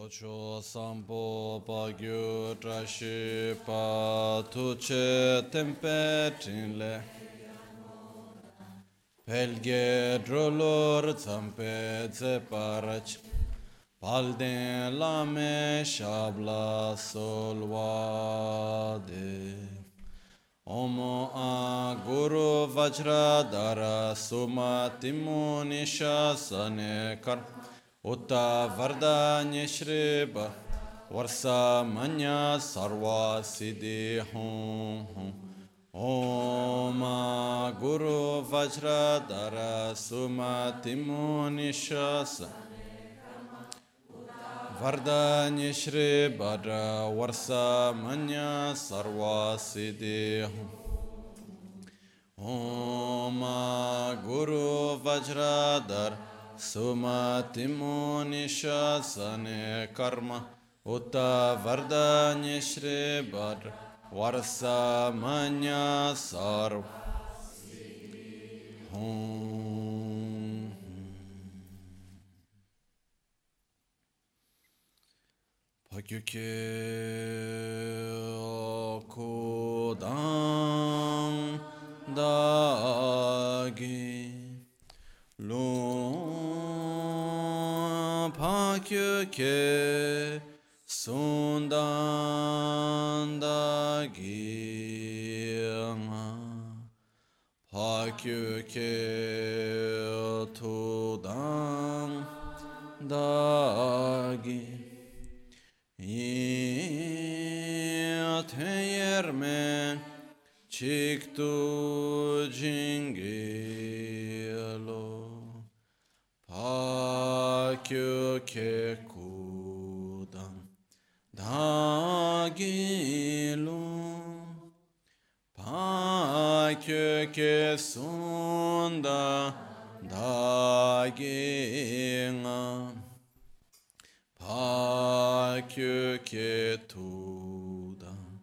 Ocho sampo pa gyu trashi pa tuche tempe trinle Pelge drolor zampe zeparach Palden lame shabla solvade Omo a guru vajra dara suma timuni shasane kar Utta varda nyeshriba varsa manya sarva siddhi hum Om guru vajra dara suma timuni shasa varda nyeshriba varsa manya sarva siddhi hum Om guru vajra dara Sumatimo shasane karma Utta vardanya shribar Varsa manya sarv Pakyuke kodam dagi Lo pakyuke sundandagi pakyuke tudandagi yateyermen chiktu jingelo Pakyuke kudam dagilu Pakyuke sunda daginga Pakyuke tudam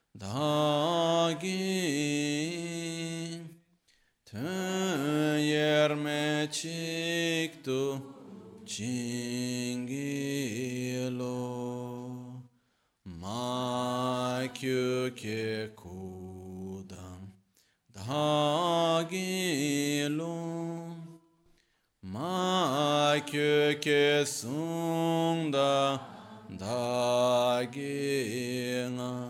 dagin Yerme chiktu chingilo Makyuke kudam dagilo Makyuke sunda dagina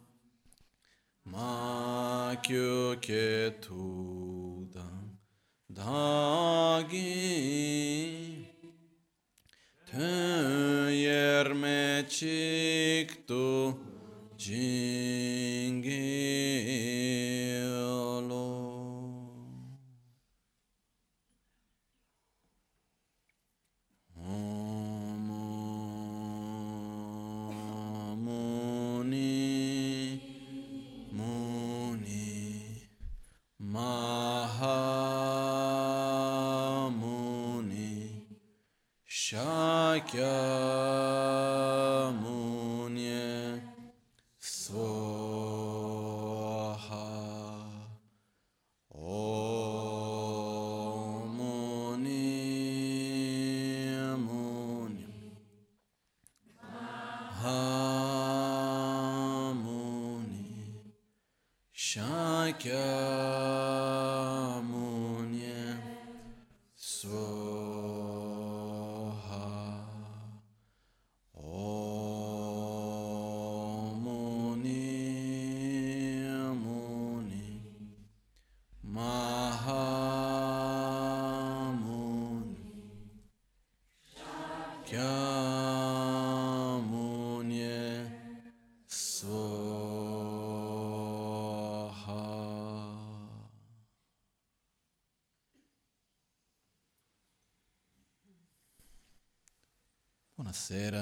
Makyuke tudam dagi yerme chiktu jingilo Muni Mahamuni Shakyamuni Swaha Om Muni Hamuni Shakyamuni Swaha Om Muni Mahamuni Shakyamuni Swaha. Buonasera.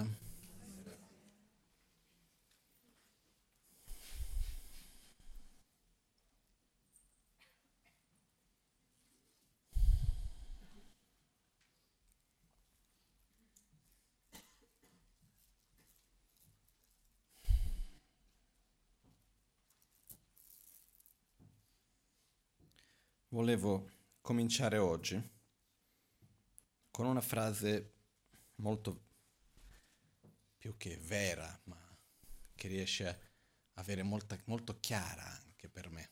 Volevo cominciare oggi con una frase molto più che vera, ma che riesce a avere molto chiara anche per me.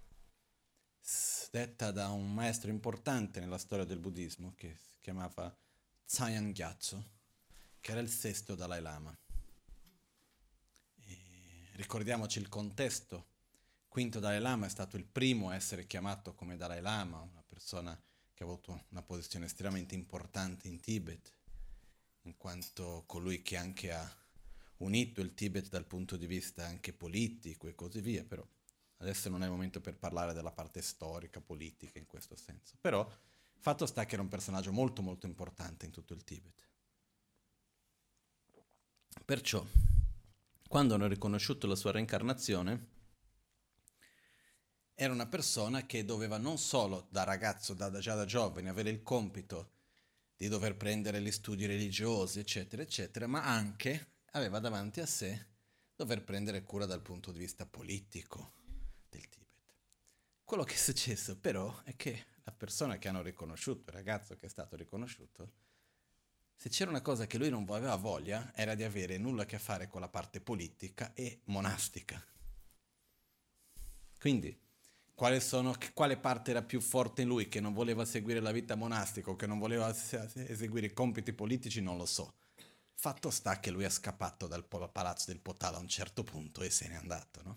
Detta da un maestro importante nella storia del buddismo che si chiamava Tsayang Gyatso, che era il sesto Dalai Lama. E ricordiamoci il contesto. Quinto Dalai Lama è stato il primo a essere chiamato come Dalai Lama, una persona che ha avuto una posizione estremamente importante in Tibet, in quanto colui che anche ha unito il Tibet dal punto di vista anche politico e così via, però adesso non è il momento per parlare della parte storica, politica in questo senso. Però fatto sta che era un personaggio molto molto importante in tutto il Tibet. Perciò, quando hanno riconosciuto la sua reincarnazione, era una persona che doveva non solo da ragazzo, già da giovane, avere il compito di dover prendere gli studi religiosi, eccetera, eccetera, ma anche aveva davanti a sé dover prendere cura dal punto di vista politico del Tibet. Quello che è successo però è che la persona che hanno riconosciuto, il ragazzo che è stato riconosciuto, se c'era una cosa che lui non aveva voglia, era di avere nulla a che fare con la parte politica e monastica. Quindi, quale parte era più forte in lui, che non voleva seguire la vita monastica o che non voleva eseguire i compiti politici, non lo so. Fatto sta che lui è scappato dal palazzo del Potala a un certo punto e se n'è andato, no?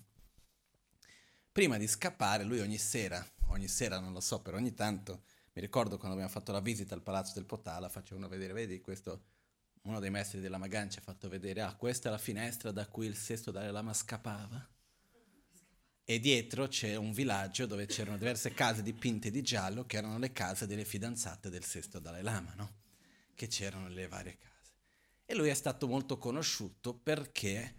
Prima di scappare, lui ogni sera non lo so, per ogni tanto, mi ricordo quando abbiamo fatto la visita al palazzo del Potala, facevano vedere, vedi, questo, uno dei maestri della Magan ci ha fatto vedere, questa è la finestra da cui il sesto Dalai Lama scappava. E dietro c'è un villaggio dove c'erano diverse case dipinte di giallo che erano le case delle fidanzate del sesto Dalai Lama, no? Che c'erano nelle varie case. E lui è stato molto conosciuto perché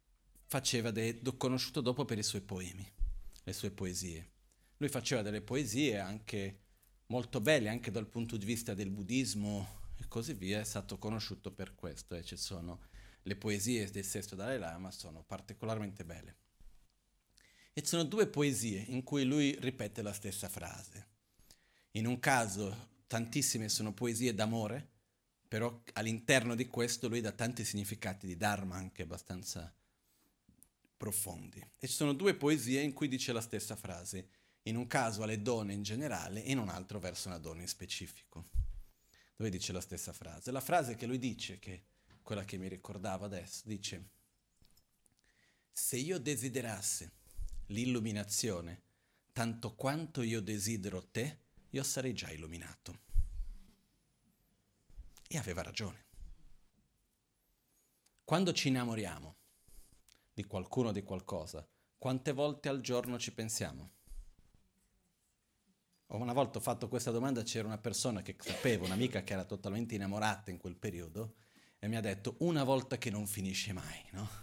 conosciuto dopo per i suoi poemi, le sue poesie. Lui faceva delle poesie anche molto belle, anche dal punto di vista del buddismo e così via, è stato conosciuto per questo. E ci sono le poesie del sesto Dalai Lama, sono particolarmente belle. E ci sono due poesie in cui lui ripete la stessa frase. In un caso tantissime sono poesie d'amore, però all'interno di questo lui dà tanti significati di Dharma anche abbastanza profondi. E ci sono due poesie in cui dice la stessa frase, in un caso alle donne in generale e in un altro verso una donna in specifico, dove dice la stessa frase. La frase che lui dice, che è quella che mi ricordavo adesso, dice: se io desiderasse l'illuminazione tanto quanto io desidero te, io sarei già illuminato. E aveva ragione. Quando ci innamoriamo di qualcuno o di qualcosa, quante volte al giorno ci pensiamo? Una volta ho fatto questa domanda, c'era una persona che sapevo, un'amica che era totalmente innamorata in quel periodo, e mi ha detto: una volta che non finisce mai, no?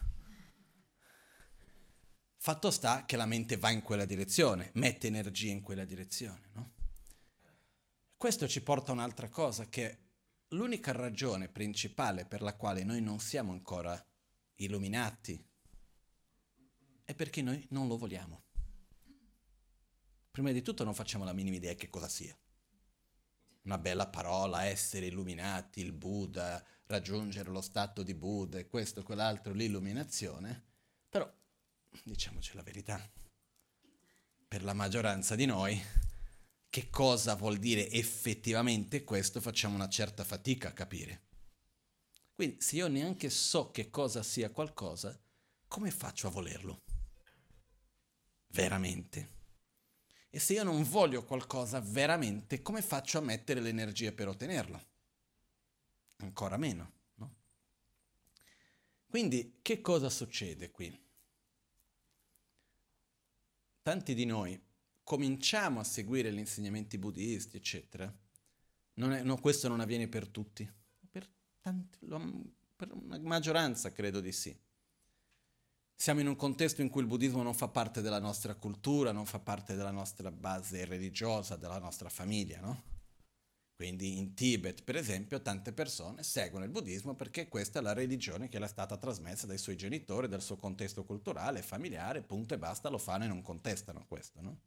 Fatto sta che la mente va in quella direzione, mette energia in quella direzione, no? Questo ci porta a un'altra cosa, che l'unica ragione principale per la quale noi non siamo ancora illuminati è perché noi non lo vogliamo. Prima di tutto non facciamo la minima idea che cosa sia. Una bella parola, essere illuminati, il Buddha, raggiungere lo stato di Buddha e questo, quell'altro, l'illuminazione, però diciamoci la verità, per la maggioranza di noi, che cosa vuol dire effettivamente questo facciamo una certa fatica a capire. Quindi se io neanche so che cosa sia qualcosa, come faccio a volerlo? Veramente. E se io non voglio qualcosa veramente, come faccio a mettere l'energia per ottenerlo? Ancora meno, no? Quindi che cosa succede qui? Tanti di noi cominciamo a seguire gli insegnamenti buddisti, eccetera. Questo non avviene per tutti, per una maggioranza credo di sì. Siamo in un contesto in cui il buddismo non fa parte della nostra cultura, non fa parte della nostra base religiosa, della nostra famiglia, no? Quindi in Tibet, per esempio, tante persone seguono il buddismo perché questa è la religione che le è stata trasmessa dai suoi genitori, dal suo contesto culturale, familiare, punto e basta, lo fanno e non contestano questo, no?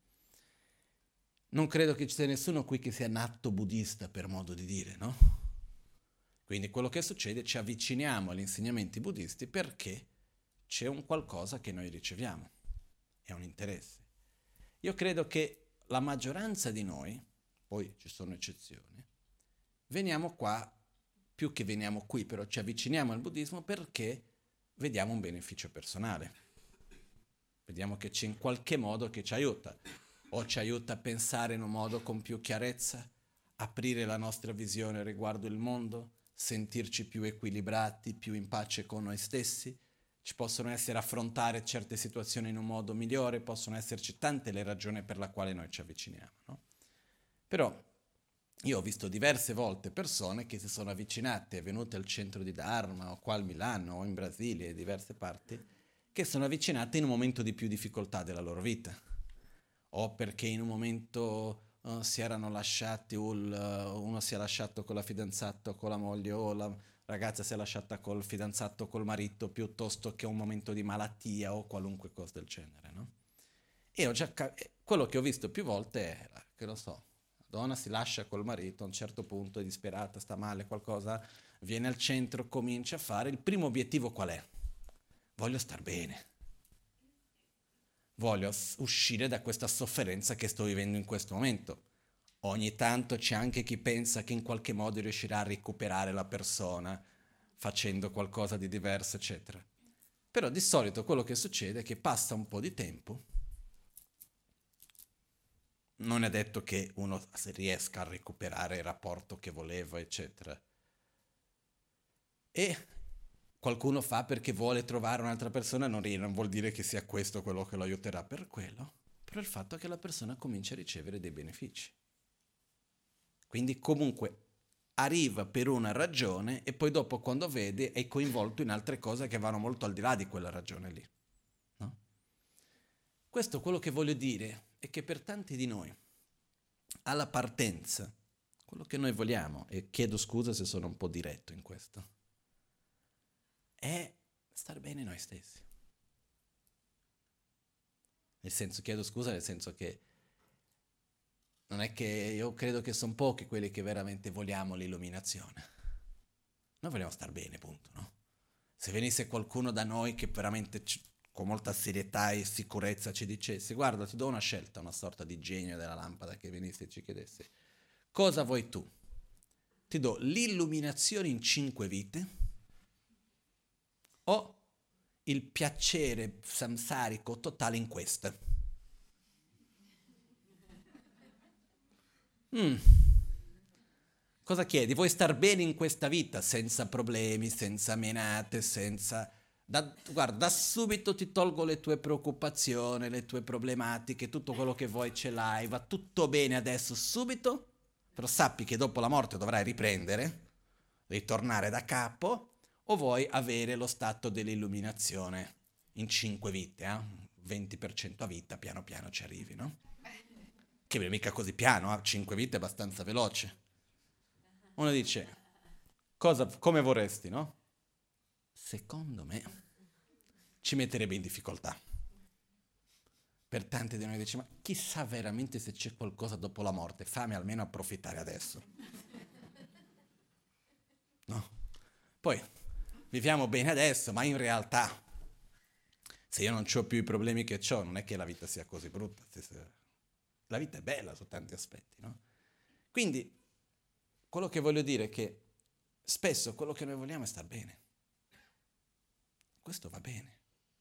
Non credo che ci sia nessuno qui che sia nato buddista, per modo di dire, no? Quindi quello che succede, ci avviciniamo agli insegnamenti buddisti perché c'è un qualcosa che noi riceviamo, è un interesse. Io credo che la maggioranza di noi, poi ci sono eccezioni, veniamo qua, più che veniamo qui, però ci avviciniamo al buddismo perché vediamo un beneficio personale. Vediamo che c'è in qualche modo che ci aiuta, o ci aiuta a pensare in un modo con più chiarezza, aprire la nostra visione riguardo il mondo, sentirci più equilibrati, più in pace con noi stessi. Ci possono essere affrontare certe situazioni in un modo migliore, possono esserci tante le ragioni per la quale noi ci avviciniamo, no? Però io ho visto diverse volte persone che si sono avvicinate, venute al centro di Dharma, o qua a Milano, o in Brasile, e diverse parti, che sono avvicinate in un momento di più difficoltà della loro vita, o perché in un momento si erano lasciati, uno si è lasciato con la fidanzata o con la moglie, o la ragazza si è lasciata col fidanzato o col marito, piuttosto che un momento di malattia o qualunque cosa del genere, no? E quello che ho visto più volte è, che lo so, la donna si lascia col marito, a un certo punto è disperata, sta male, qualcosa, viene al centro, comincia a fare, il primo obiettivo qual è? Voglio star bene. Voglio uscire da questa sofferenza che sto vivendo in questo momento. Ogni tanto c'è anche chi pensa che in qualche modo riuscirà a recuperare la persona facendo qualcosa di diverso, eccetera. Però di solito quello che succede è che passa un po' di tempo, non è detto che uno riesca a recuperare il rapporto che voleva, eccetera. E qualcuno fa perché vuole trovare un'altra persona, non vuol dire che sia questo quello che lo aiuterà per quello, però il fatto è che la persona comincia a ricevere dei benefici. Quindi comunque arriva per una ragione e poi dopo quando vede è coinvolto in altre cose che vanno molto al di là di quella ragione lì. No? Questo quello che voglio dire è che per tanti di noi, alla partenza, quello che noi vogliamo, e chiedo scusa se sono un po' diretto in questo, è star bene noi stessi. Nel senso, chiedo scusa nel senso che non è che io credo che sono pochi quelli che veramente vogliamo l'illuminazione. Noi vogliamo star bene, punto, no? Se venisse qualcuno da noi che veramente con molta serietà e sicurezza ci dicesse guarda, ti do una scelta, una sorta di genio della lampada che venisse e ci chiedesse cosa vuoi tu? Ti do l'illuminazione in 5 vite o il piacere samsarico totale in questa? Cosa chiedi? Vuoi star bene in questa vita senza problemi, senza menate, senza... guarda, da subito ti tolgo le tue preoccupazioni, le tue problematiche, tutto quello che vuoi ce l'hai, va tutto bene adesso, subito, però sappi che dopo la morte dovrai riprendere, ritornare da capo, o vuoi avere lo stato dell'illuminazione in 5 vite, 20% a vita, piano piano ci arrivi, no? Che non è mica così piano, 5 vite è abbastanza veloce. Uno dice, come vorresti, no? Secondo me ci metterebbe in difficoltà. Per tanti di noi dice, ma chissà veramente se c'è qualcosa dopo la morte, fammi almeno approfittare adesso. No? Poi, viviamo bene adesso, ma in realtà, se io non ho più i problemi che ho, non è che la vita sia così brutta. La vita è bella su tanti aspetti, no? Quindi, quello che voglio dire è che spesso quello che noi vogliamo è star bene. Questo va bene.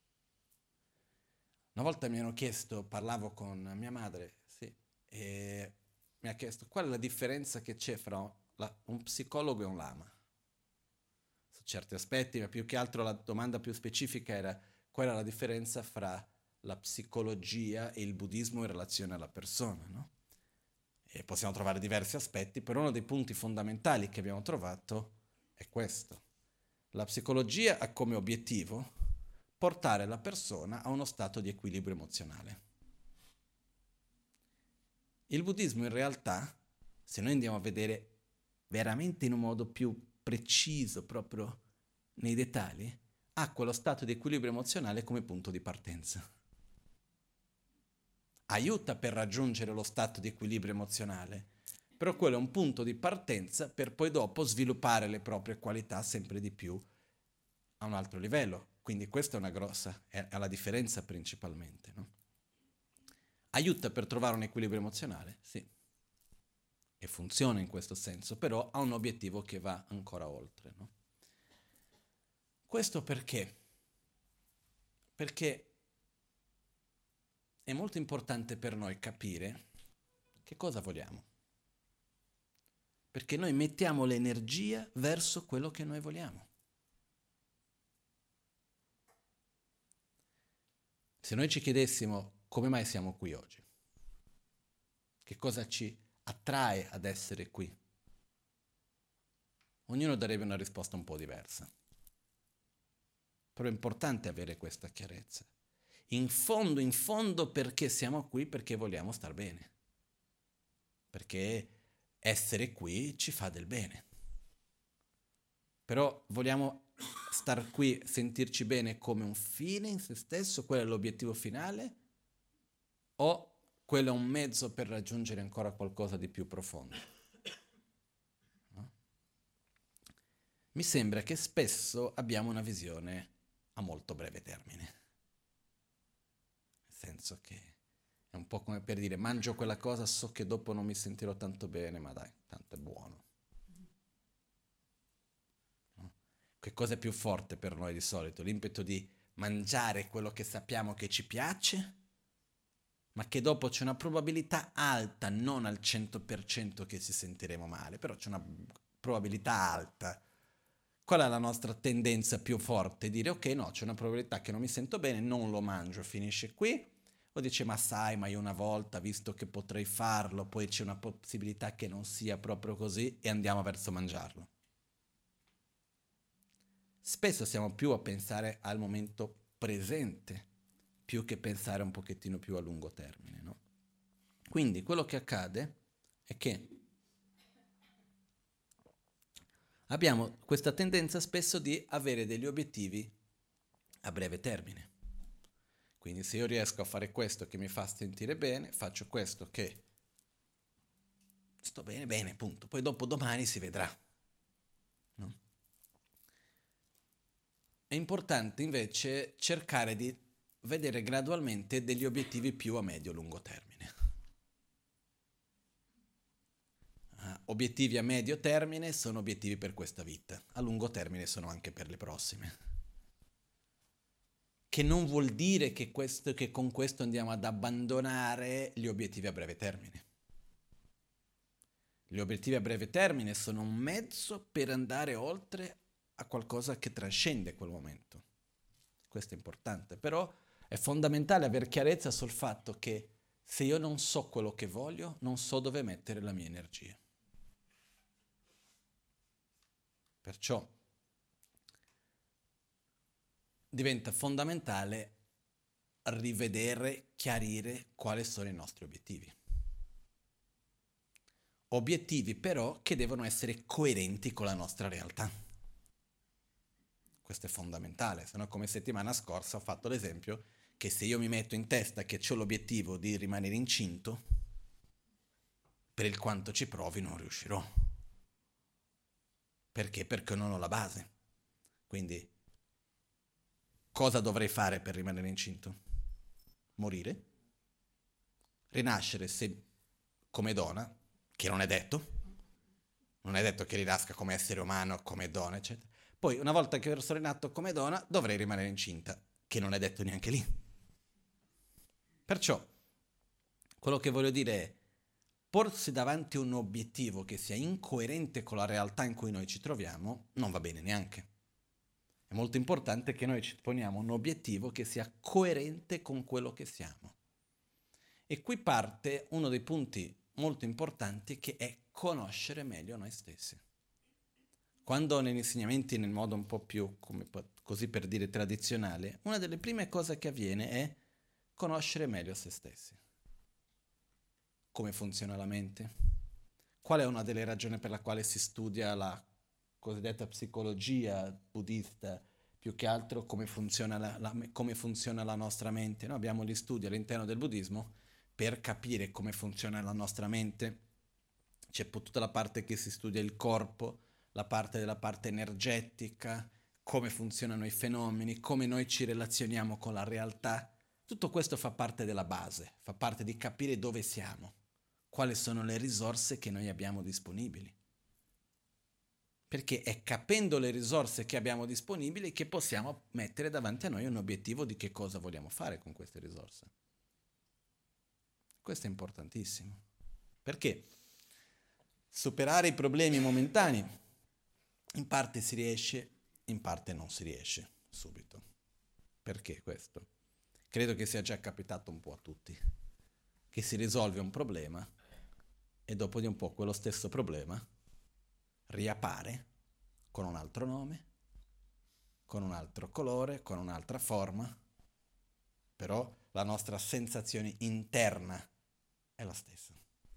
Una volta mi hanno chiesto, parlavo con mia madre, sì, e mi ha chiesto qual è la differenza che c'è fra un psicologo e un lama. Su certi aspetti, ma più che altro la domanda più specifica era qual è la differenza fra la psicologia e il buddismo in relazione alla persona, no? E possiamo trovare diversi aspetti, però uno dei punti fondamentali che abbiamo trovato è questo. La psicologia ha come obiettivo portare la persona a uno stato di equilibrio emozionale. Il buddismo in realtà, se noi andiamo a vedere veramente in un modo più preciso, proprio nei dettagli, ha quello stato di equilibrio emozionale come punto di partenza. Aiuta per raggiungere lo stato di equilibrio emozionale, però quello è un punto di partenza per poi dopo sviluppare le proprie qualità sempre di più a un altro livello. Quindi questa è una grossa, è la differenza principalmente, no? Aiuta per trovare un equilibrio emozionale? Sì. E funziona in questo senso, però ha un obiettivo che va ancora oltre, no? Questo perché? Perché è molto importante per noi capire che cosa vogliamo. Perché noi mettiamo l'energia verso quello che noi vogliamo. Se noi ci chiedessimo come mai siamo qui oggi, che cosa ci attrae ad essere qui, ognuno darebbe una risposta un po' diversa. Però è importante avere questa chiarezza. In fondo, perché siamo qui? Perché vogliamo star bene. Perché essere qui ci fa del bene. Però vogliamo star qui, sentirci bene come un fine in se stesso, quello è l'obiettivo finale, o quello è un mezzo per raggiungere ancora qualcosa di più profondo? No? Mi sembra che spesso abbiamo una visione a molto breve termine. Nel senso che è un po' come per dire mangio quella cosa, so che dopo non mi sentirò tanto bene, ma dai, tanto è buono. No? Che cosa è più forte per noi di solito? L'impeto di mangiare quello che sappiamo che ci piace, ma che dopo c'è una probabilità alta, non al 100% che ci sentiremo male, però c'è una probabilità alta. Qual è la nostra tendenza più forte? Dire ok, no, c'è una probabilità che non mi sento bene, non lo mangio, finisce qui. O dice ma sai, ma io una volta, visto che potrei farlo, poi c'è una possibilità che non sia proprio così e andiamo verso mangiarlo. Spesso siamo più a pensare al momento presente, più che pensare un pochettino più a lungo termine, no? Quindi quello che accade è che abbiamo questa tendenza spesso di avere degli obiettivi a breve termine. Quindi se io riesco a fare questo che mi fa sentire bene, faccio questo che sto bene, bene, punto. Poi dopo domani si vedrà. No? È importante invece cercare di vedere gradualmente degli obiettivi più a medio-lungo termine. Obiettivi a medio termine sono obiettivi per questa vita, a lungo termine sono anche per le prossime. Che non vuol dire che con questo andiamo ad abbandonare gli obiettivi a breve termine. Gli obiettivi a breve termine sono un mezzo per andare oltre a qualcosa che trascende quel momento. Questo è importante, però è fondamentale avere chiarezza sul fatto che se io non so quello che voglio, non so dove mettere la mia energia. Perciò diventa fondamentale rivedere, chiarire quali sono i nostri obiettivi. Obiettivi però che devono essere coerenti con la nostra realtà. Questo è fondamentale, se no come settimana scorsa ho fatto l'esempio che se io mi metto in testa che ho l'obiettivo di rimanere incinto, per il quanto ci provi non riuscirò. Perché? Perché non ho la base. Quindi cosa dovrei fare per rimanere incinto? Morire? Rinascere se come donna, che non è detto che rinasca come essere umano, come donna, eccetera. Poi, una volta che sono rinato come donna, dovrei rimanere incinta, che non è detto neanche lì. Perciò, quello che voglio dire è, porsi davanti un obiettivo che sia incoerente con la realtà in cui noi ci troviamo, non va bene neanche. È molto importante che noi ci poniamo un obiettivo che sia coerente con quello che siamo. E qui parte uno dei punti molto importanti che è conoscere meglio noi stessi. Quando negli insegnamenti, nel modo un po' più, così per dire, tradizionale, una delle prime cose che avviene è conoscere meglio se stessi. Come funziona la mente? Qual è una delle ragioni per la quale si studia la cosiddetta psicologia buddista, più che altro come funziona come funziona la nostra mente? Noi abbiamo gli studi all'interno del buddismo per capire come funziona la nostra mente c'è tutta la parte che si studia il corpo, la parte della parte energetica, come funzionano i fenomeni, come noi ci relazioniamo con la realtà. Tutto questo fa parte della base, fa parte di capire dove siamo, quali sono le risorse che noi abbiamo disponibili. Perché è capendo le risorse che abbiamo disponibili che possiamo mettere davanti a noi un obiettivo di che cosa vogliamo fare con queste risorse. Questo è importantissimo. Perché superare i problemi momentanei in parte si riesce, in parte non si riesce subito. Perché questo? Credo che sia già capitato un po' a tutti, che si risolve un problema e dopo di un po' quello stesso problema riappare con un altro nome, con un altro colore, con un'altra forma, però la nostra sensazione interna è la stessa.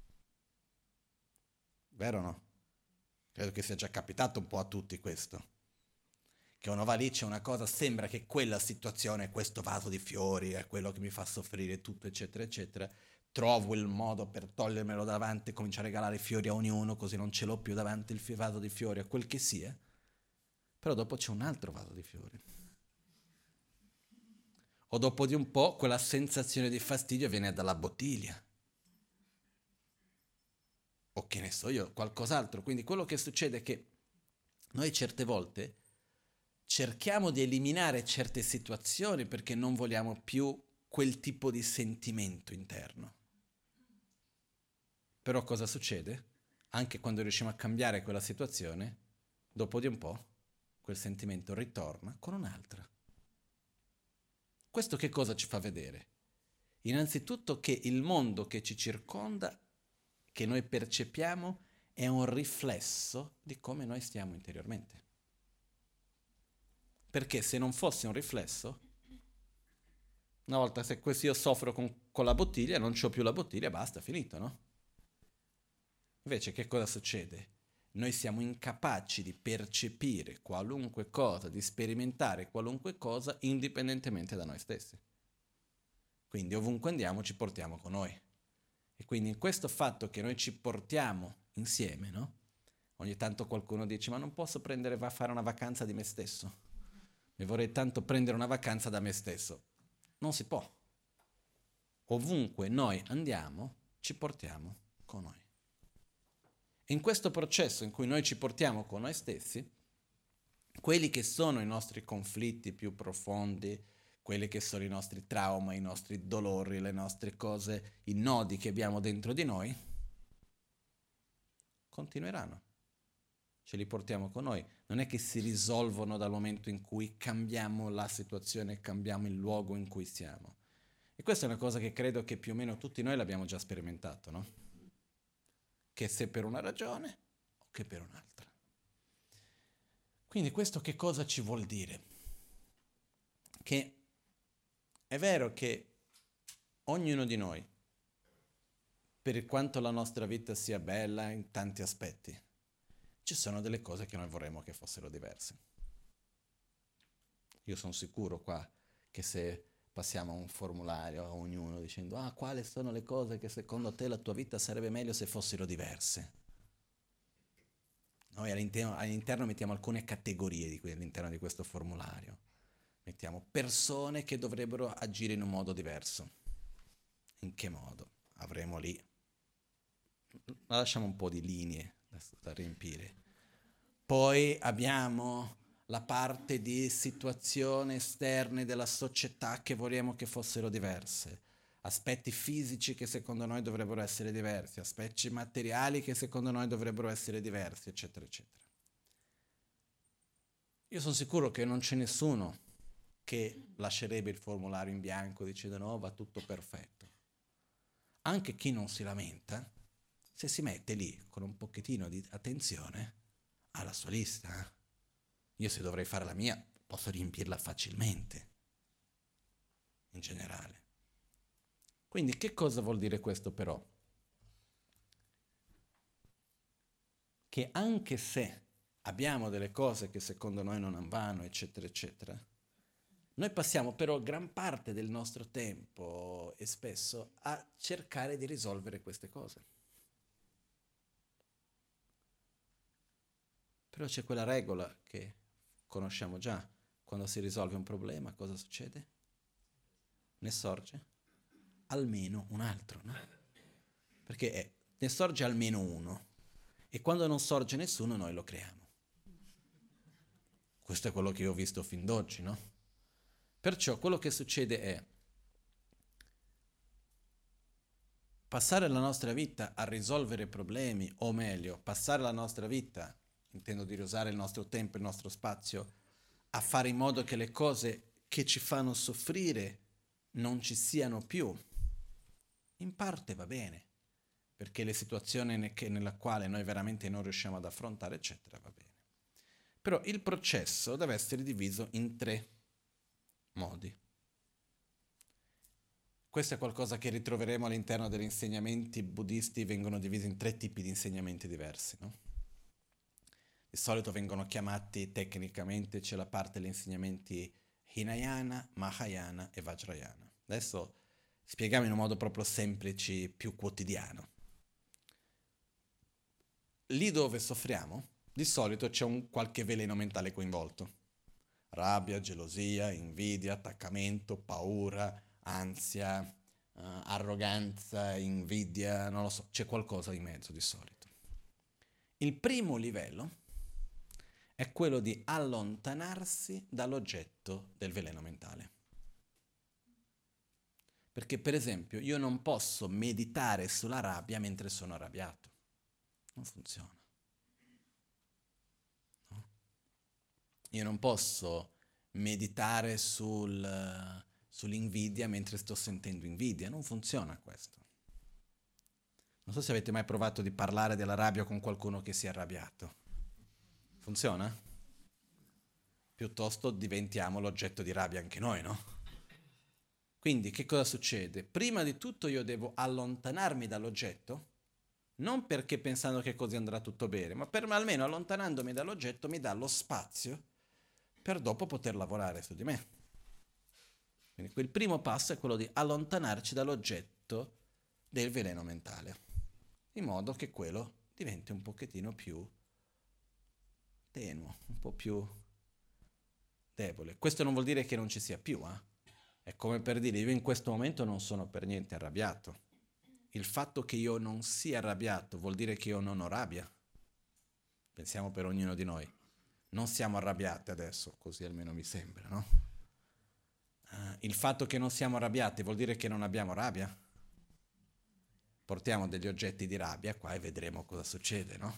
Vero o no? Credo che sia già capitato un po' a tutti questo. Che uno va lì, c'è una cosa, sembra che quella situazione, questo vaso di fiori, è quello che mi fa soffrire tutto, eccetera, eccetera. Trovo il modo per togliermelo davanti e cominciare a regalare fiori a ognuno, così non ce l'ho più davanti il vaso di fiori, a quel che sia. Però dopo c'è un altro vaso di fiori. O dopo di un po' quella sensazione di fastidio viene dalla bottiglia. O che ne so io, qualcos'altro. Quindi quello che succede è che noi certe volte cerchiamo di eliminare certe situazioni perché non vogliamo più quel tipo di sentimento interno. Però cosa succede? Anche quando riusciamo a cambiare quella situazione, dopo di un po', quel sentimento ritorna con un'altra. Questo che cosa ci fa vedere? Innanzitutto che il mondo che ci circonda, che noi percepiamo, è un riflesso di come noi stiamo interiormente. Perché se non fosse un riflesso, una volta se io soffro con la bottiglia, non c'ho più la bottiglia, basta, finito, no? Invece che cosa succede? Noi siamo incapaci di percepire qualunque cosa, di sperimentare qualunque cosa indipendentemente da noi stessi. Quindi ovunque andiamo ci portiamo con noi. E quindi in questo fatto che noi ci portiamo insieme, no? Ogni tanto qualcuno dice, ma non posso va a fare una vacanza di me stesso. Mi vorrei tanto prendere una vacanza da me stesso. Non si può. Ovunque noi andiamo, ci portiamo con noi. In questo processo in cui noi ci portiamo con noi stessi, quelli che sono i nostri conflitti più profondi, quelli che sono i nostri traumi, i nostri dolori, le nostre cose, i nodi che abbiamo dentro di noi, continueranno. Ce li portiamo con noi. Non è che si risolvono dal momento in cui cambiamo la situazione, cambiamo il luogo in cui siamo. E questa è una cosa che credo che più o meno tutti noi l'abbiamo già sperimentato, no? Che se per una ragione o che per un'altra. Quindi questo che cosa ci vuol dire? Che è vero che ognuno di noi, per quanto la nostra vita sia bella in tanti aspetti, ci sono delle cose che noi vorremmo che fossero diverse. Io sono sicuro qua che se passiamo un formulario a ognuno dicendo quali sono le cose che secondo te la tua vita sarebbe meglio se fossero diverse. Noi all'interno mettiamo alcune categorie all'interno di questo formulario. Mettiamo persone che dovrebbero agire in un modo diverso. In che modo? Avremo lì. Lasciamo un po' di linee da riempire. Poi abbiamo la parte di situazioni esterne della società che vorremmo che fossero diverse, aspetti fisici che secondo noi dovrebbero essere diversi, aspetti materiali che secondo noi dovrebbero essere diversi, eccetera, eccetera. Io sono sicuro che non c'è nessuno che lascerebbe il formulario in bianco dicendo no, va tutto perfetto. Anche chi non si lamenta, se si mette lì con un pochettino di attenzione, ha la sua lista. Io se dovrei fare la mia, posso riempirla facilmente, in generale. Quindi che cosa vuol dire questo però? Che anche se abbiamo delle cose che secondo noi non vanno, eccetera, eccetera, noi passiamo però gran parte del nostro tempo e spesso a cercare di risolvere queste cose. Però c'è quella regola che conosciamo già. Quando si risolve un problema, cosa succede? Ne sorge almeno un altro, no? Perché ne sorge almeno uno. E quando non sorge nessuno, noi lo creiamo. Questo è quello che io ho visto fin d'oggi, no? Perciò quello che succede è passare la nostra vita a risolvere problemi, o meglio, passare la nostra vita, intendo di usare il nostro tempo, il nostro spazio, a fare in modo che le cose che ci fanno soffrire non ci siano più. In parte va bene, perché le situazioni nella quale noi veramente non riusciamo ad affrontare, eccetera, va bene. Però il processo deve essere diviso in 3 modi. Questo è qualcosa che ritroveremo all'interno degli insegnamenti buddisti, vengono divisi in 3 tipi di insegnamenti diversi, no? Di solito vengono chiamati tecnicamente, c'è la parte degli insegnamenti Hinayana, Mahayana e Vajrayana. Adesso spieghiamo in un modo proprio semplice, più quotidiano. Lì dove soffriamo, di solito c'è un qualche veleno mentale coinvolto. Rabbia, gelosia, invidia, attaccamento, paura, ansia, arroganza, invidia, non lo so, c'è qualcosa in mezzo di solito. Il primo livello è quello di allontanarsi dall'oggetto del veleno mentale. Perché per esempio io non posso meditare sulla rabbia mentre sono arrabbiato. Non funziona. No? Io non posso meditare sull'invidia mentre sto sentendo invidia. Non funziona questo. Non so se avete mai provato di parlare della rabbia con qualcuno che si è arrabbiato. Funziona? Piuttosto diventiamo l'oggetto di rabbia anche noi, no? Quindi che cosa succede? Prima di tutto io devo allontanarmi dall'oggetto, non perché pensando che così andrà tutto bene, ma per almeno allontanandomi dall'oggetto mi dà lo spazio per dopo poter lavorare su di me. Quindi il primo passo è quello di allontanarci dall'oggetto del veleno mentale, in modo che quello diventi un pochettino più tenuo, un po' più debole. Questo non vuol dire che non ci sia più, È come per dire, io in questo momento non sono per niente arrabbiato. Il fatto che io non sia arrabbiato vuol dire che io non ho rabbia. Pensiamo per ognuno di noi. Non siamo arrabbiati adesso, così almeno mi sembra, no? Il fatto che non siamo arrabbiati vuol dire che non abbiamo rabbia. Portiamo degli oggetti di rabbia qua e vedremo cosa succede, no?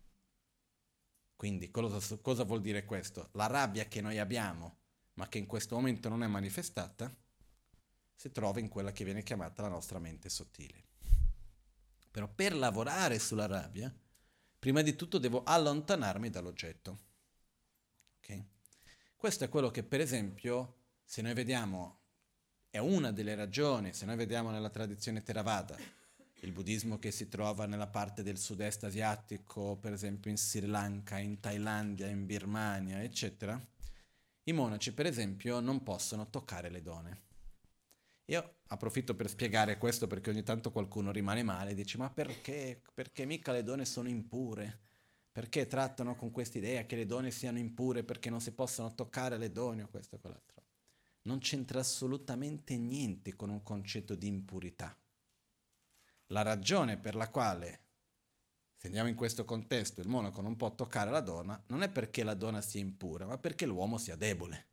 Quindi cosa vuol dire questo? La rabbia che noi abbiamo, ma che in questo momento non è manifestata, si trova in quella che viene chiamata la nostra mente sottile. Però per lavorare sulla rabbia, prima di tutto devo allontanarmi dall'oggetto. Okay? Questo è quello che, per esempio, se noi vediamo, è una delle ragioni, se noi vediamo nella tradizione Theravada, il buddismo che si trova nella parte del sud-est asiatico, per esempio in Sri Lanka, in Thailandia, in Birmania, eccetera, i monaci, per esempio, non possono toccare le donne. Io approfitto per spiegare questo perché ogni tanto qualcuno rimane male e dice ma perché? Perché mica le donne sono impure? Perché trattano con questa idea che le donne siano impure perché non si possono toccare le donne o questo e quell'altro? Non c'entra assolutamente niente con un concetto di impurità. La ragione per la quale, se andiamo in questo contesto, il monaco non può toccare la donna non è perché la donna sia impura, ma perché l'uomo sia debole.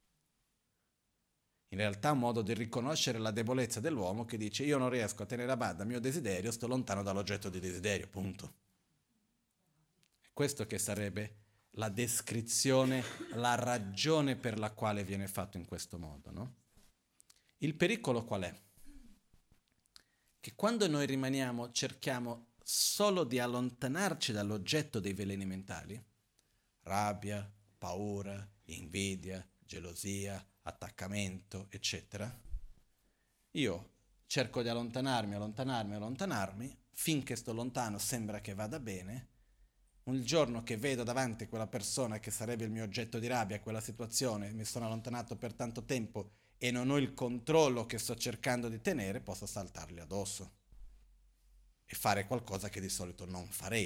In realtà è un modo di riconoscere la debolezza dell'uomo che dice io non riesco a tenere a bada il mio desiderio, sto lontano dall'oggetto di desiderio, punto. È questo che sarebbe la descrizione, la ragione per la quale viene fatto in questo modo, no? Il pericolo qual è? Che quando noi rimaniamo, cerchiamo solo di allontanarci dall'oggetto dei veleni mentali, rabbia, paura, invidia, gelosia, attaccamento, eccetera, io cerco di allontanarmi, finché sto lontano sembra che vada bene, un giorno che vedo davanti quella persona che sarebbe il mio oggetto di rabbia, quella situazione, mi sono allontanato per tanto tempo e non ho il controllo che sto cercando di tenere, posso saltargli addosso e fare qualcosa che di solito non farei.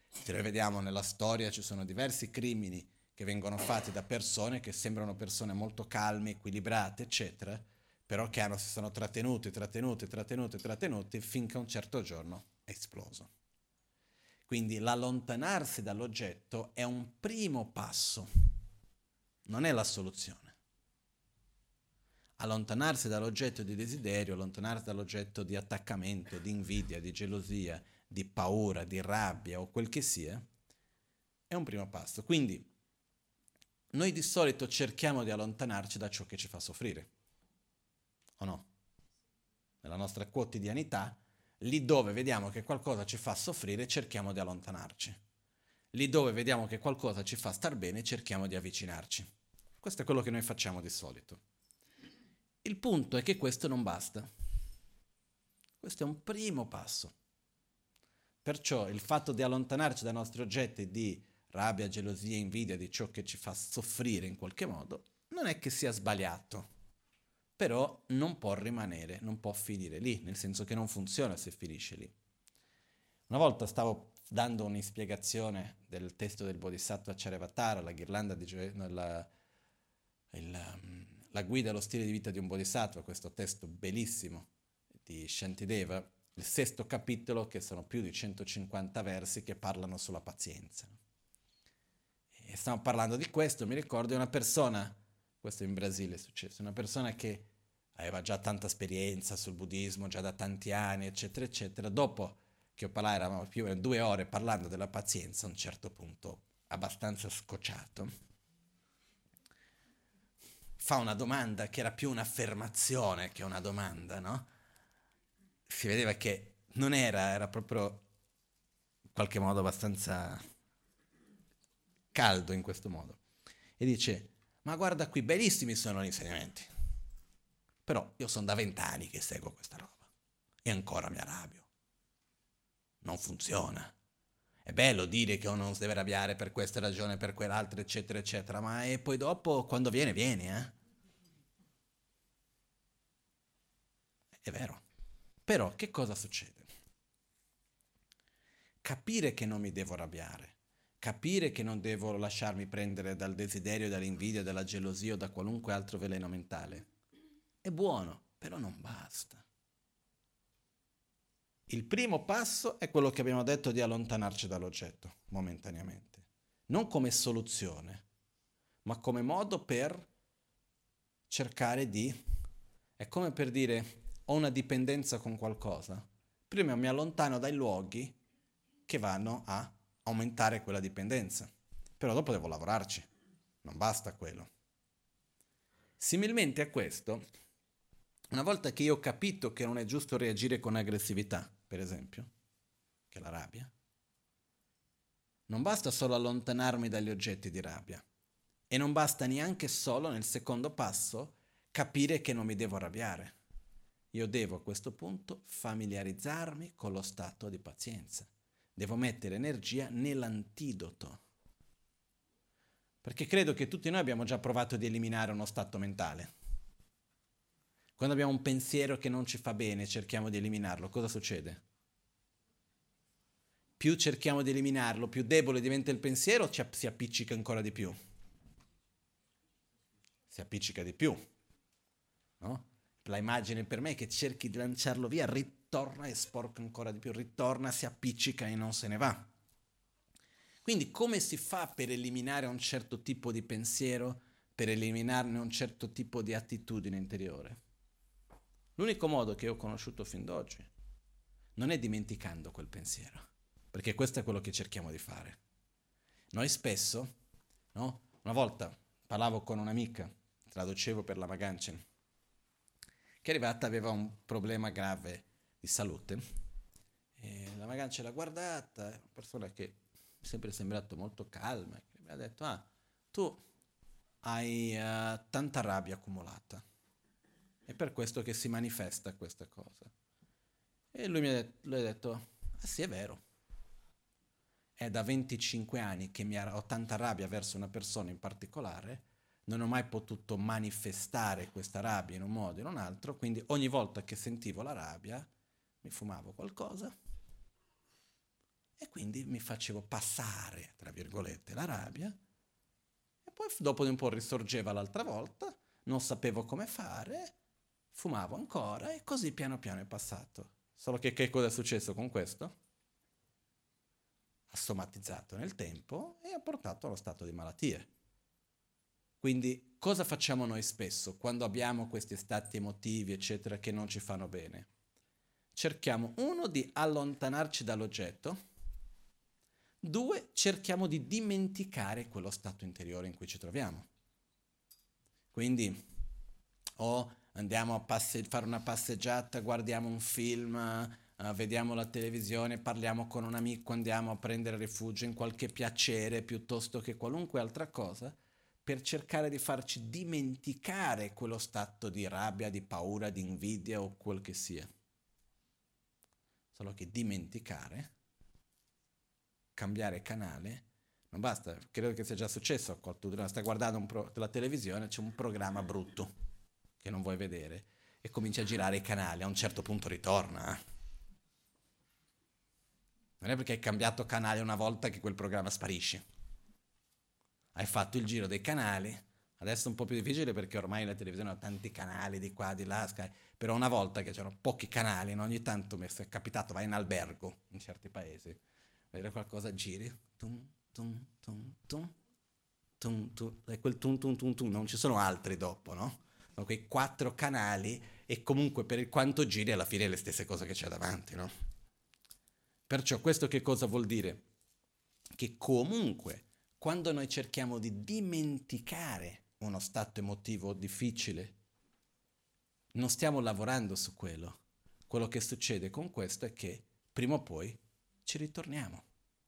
Se noi vediamo nella storia ci sono diversi crimini che vengono fatti da persone che sembrano persone molto calme, equilibrate, eccetera, però che si sono trattenuti finché un certo giorno è esploso. Quindi l'allontanarsi dall'oggetto è un primo passo, non è la soluzione. Allontanarsi dall'oggetto di desiderio, allontanarsi dall'oggetto di attaccamento, di invidia, di gelosia, di paura, di rabbia o quel che sia, è un primo passo. Quindi noi di solito cerchiamo di allontanarci da ciò che ci fa soffrire, o no? Nella nostra quotidianità, lì dove vediamo che qualcosa ci fa soffrire, cerchiamo di allontanarci. Lì dove vediamo che qualcosa ci fa star bene, cerchiamo di avvicinarci. Questo è quello che noi facciamo di solito. Il punto è che questo non basta. Questo è un primo passo. Perciò il fatto di allontanarci dai nostri oggetti di rabbia, gelosia, invidia, di ciò che ci fa soffrire in qualche modo, non è che sia sbagliato, però non può rimanere, non può finire lì, nel senso che non funziona se finisce lì. Una volta stavo dando un'ispiegazione del testo del Bodhisattva Charyavatara, la ghirlanda di la guida allo stile di vita di un Bodhisattva, questo testo bellissimo di Shantideva, il sesto capitolo, che sono più di 150 versi che parlano sulla pazienza. E stiamo parlando di questo, mi ricordo, di una persona, questo in Brasile è successo, una persona che aveva già tanta esperienza sul buddismo, già da tanti anni, eccetera, eccetera. Dopo che io parlavo, eravamo più di 2 ore parlando della pazienza, a un certo punto, abbastanza scocciato, fa una domanda che era più un'affermazione che una domanda, no? Si vedeva che non era proprio in qualche modo abbastanza caldo in questo modo. E dice, ma guarda qui, bellissimi sono gli insegnamenti, però io sono da 20 anni che seguo questa roba e ancora mi arrabbio. Non funziona. È bello dire che uno non si deve arrabbiare per questa ragione, per quell'altra, eccetera, eccetera, ma e poi dopo, quando viene, viene, eh? È vero. Però che cosa succede? Capire che non mi devo arrabbiare, capire che non devo lasciarmi prendere dal desiderio, dall'invidia, dalla gelosia o da qualunque altro veleno mentale, è buono, però non basta. Il primo passo è quello che abbiamo detto di allontanarci dall'oggetto, momentaneamente. Non come soluzione, ma come modo per cercare di... È come per dire, ho una dipendenza con qualcosa. Prima mi allontano dai luoghi che vanno a aumentare quella dipendenza. Però dopo devo lavorarci. Non basta quello. Similmente a questo, una volta che io ho capito che non è giusto reagire con aggressività, per esempio, che è la rabbia, non basta solo allontanarmi dagli oggetti di rabbia. E non basta neanche solo, nel secondo passo, capire che non mi devo arrabbiare. Io devo a questo punto familiarizzarmi con lo stato di pazienza. Devo mettere energia nell'antidoto. Perché credo che tutti noi abbiamo già provato di eliminare uno stato mentale. Quando abbiamo un pensiero che non ci fa bene, cerchiamo di eliminarlo. Cosa succede? Più cerchiamo di eliminarlo, più debole diventa il pensiero, si appiccica ancora di più. Si appiccica di più, no? La immagine per me è che cerchi di lanciarlo via, ritorna e sporca ancora di più, ritorna, si appiccica e non se ne va. Quindi come si fa per eliminare un certo tipo di pensiero, per eliminarne un certo tipo di attitudine interiore? L'unico modo che ho conosciuto fin d'oggi non è dimenticando quel pensiero, perché questo è quello che cerchiamo di fare. Noi spesso, no? Una volta parlavo con un'amica, traducevo per la Maganchen, che è arrivata, aveva un problema grave di salute e la Maganchen l'ha guardata, è una persona che mi è sempre sembrato molto calma, che mi ha detto, tu hai tanta rabbia accumulata, è per questo che si manifesta questa cosa. E lui ha detto, sì è vero, è da 25 anni che ho tanta rabbia verso una persona in particolare, non ho mai potuto manifestare questa rabbia in un modo o in un altro, quindi ogni volta che sentivo la rabbia mi fumavo qualcosa E quindi mi facevo passare, tra virgolette, la rabbia, e poi dopo di un po' risorgeva l'altra volta, non sapevo come fare, fumavo ancora e così piano piano è passato. Solo che cosa è successo con questo? Ha somatizzato nel tempo e ha portato allo stato di malattie. Quindi cosa facciamo noi spesso quando abbiamo questi stati emotivi, eccetera, che non ci fanno bene? Cerchiamo, uno, di allontanarci dall'oggetto, due, cerchiamo di dimenticare quello stato interiore in cui ci troviamo. Quindi o andiamo a fare una passeggiata, guardiamo un film, vediamo la televisione, parliamo con un amico, andiamo a prendere rifugio in qualche piacere piuttosto che qualunque altra cosa, per cercare di farci dimenticare quello stato di rabbia, di paura, di invidia o quel che sia. Solo che dimenticare, cambiare canale, non basta. Credo che sia già successo a qualcuno. Stai guardando la televisione, c'è un programma brutto che non vuoi vedere e cominci a girare i canali, a un certo punto ritorna. Non è perché hai cambiato canale una volta che quel programma sparisce. Hai fatto il giro dei canali, adesso è un po' più difficile perché ormai la televisione ha tanti canali di qua, di là, Sky, però una volta che c'erano pochi canali, no? Ogni tanto mi è capitato, vai in albergo in certi paesi, vedere qualcosa, giri, tum, tum, tum, tum, tum, tum, e quel tum tum tum tum, non ci sono altri dopo, no? Sono quei 4 canali e comunque per il quanto giri alla fine è le stesse cose che c'è davanti, no? Perciò questo che cosa vuol dire? Che comunque quando noi cerchiamo di dimenticare uno stato emotivo difficile, non stiamo lavorando su quello. Quello che succede con questo è che prima o poi ci ritorniamo.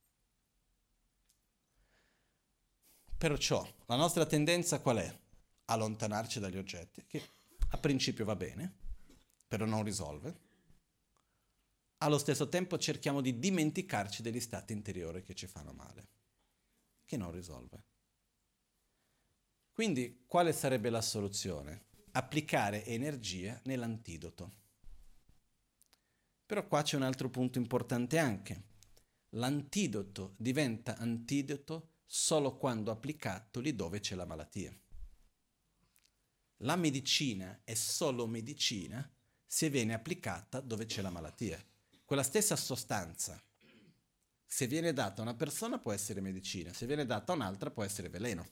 Perciò la nostra tendenza qual è? Allontanarci dagli oggetti, che a principio va bene, però non risolve. Allo stesso tempo cerchiamo di dimenticarci degli stati interiori che ci fanno male, che non risolve. Quindi quale sarebbe la soluzione? Applicare energia nell'antidoto. Però qua c'è un altro punto importante anche. L'antidoto diventa antidoto solo quando applicato lì dove c'è la malattia. La medicina è solo medicina se viene applicata dove c'è la malattia. Quella stessa sostanza, se viene data a una persona può essere medicina, se viene data a un'altra può essere veleno.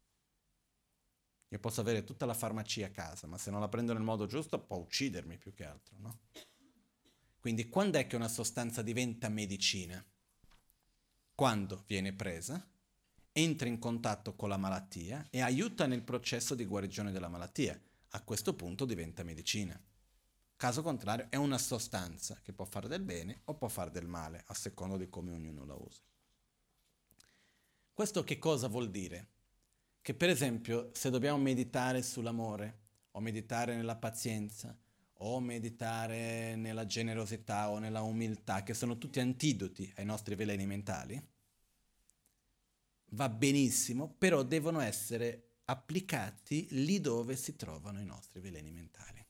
Io posso avere tutta la farmacia a casa, ma se non la prendo nel modo giusto può uccidermi più che altro, no? Quindi quando è che una sostanza diventa medicina? Quando viene presa, entra in contatto con la malattia e aiuta nel processo di guarigione della malattia. A questo punto diventa medicina. Caso contrario è una sostanza che può fare del bene o può fare del male, a seconda di come ognuno la usa. Questo che cosa vuol dire? Che per esempio se dobbiamo meditare sull'amore, o meditare nella pazienza, o meditare nella generosità o nella umiltà, che sono tutti antidoti ai nostri veleni mentali, va benissimo, però devono essere applicati lì dove si trovano i nostri veleni mentali.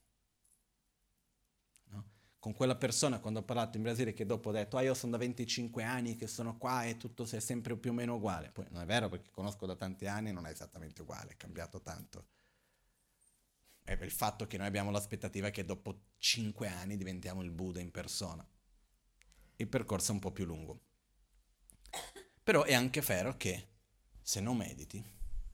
No? Con quella persona, quando ho parlato in Brasile, che dopo ho detto io sono da 25 anni che sono qua e tutto è sempre più o meno uguale. Poi non è vero perché conosco da tanti anni e non è esattamente uguale, è cambiato tanto. È per il fatto che noi abbiamo l'aspettativa che dopo 5 anni diventiamo il Buddha in persona. Il percorso è un po' più lungo. Però è anche vero che se non mediti,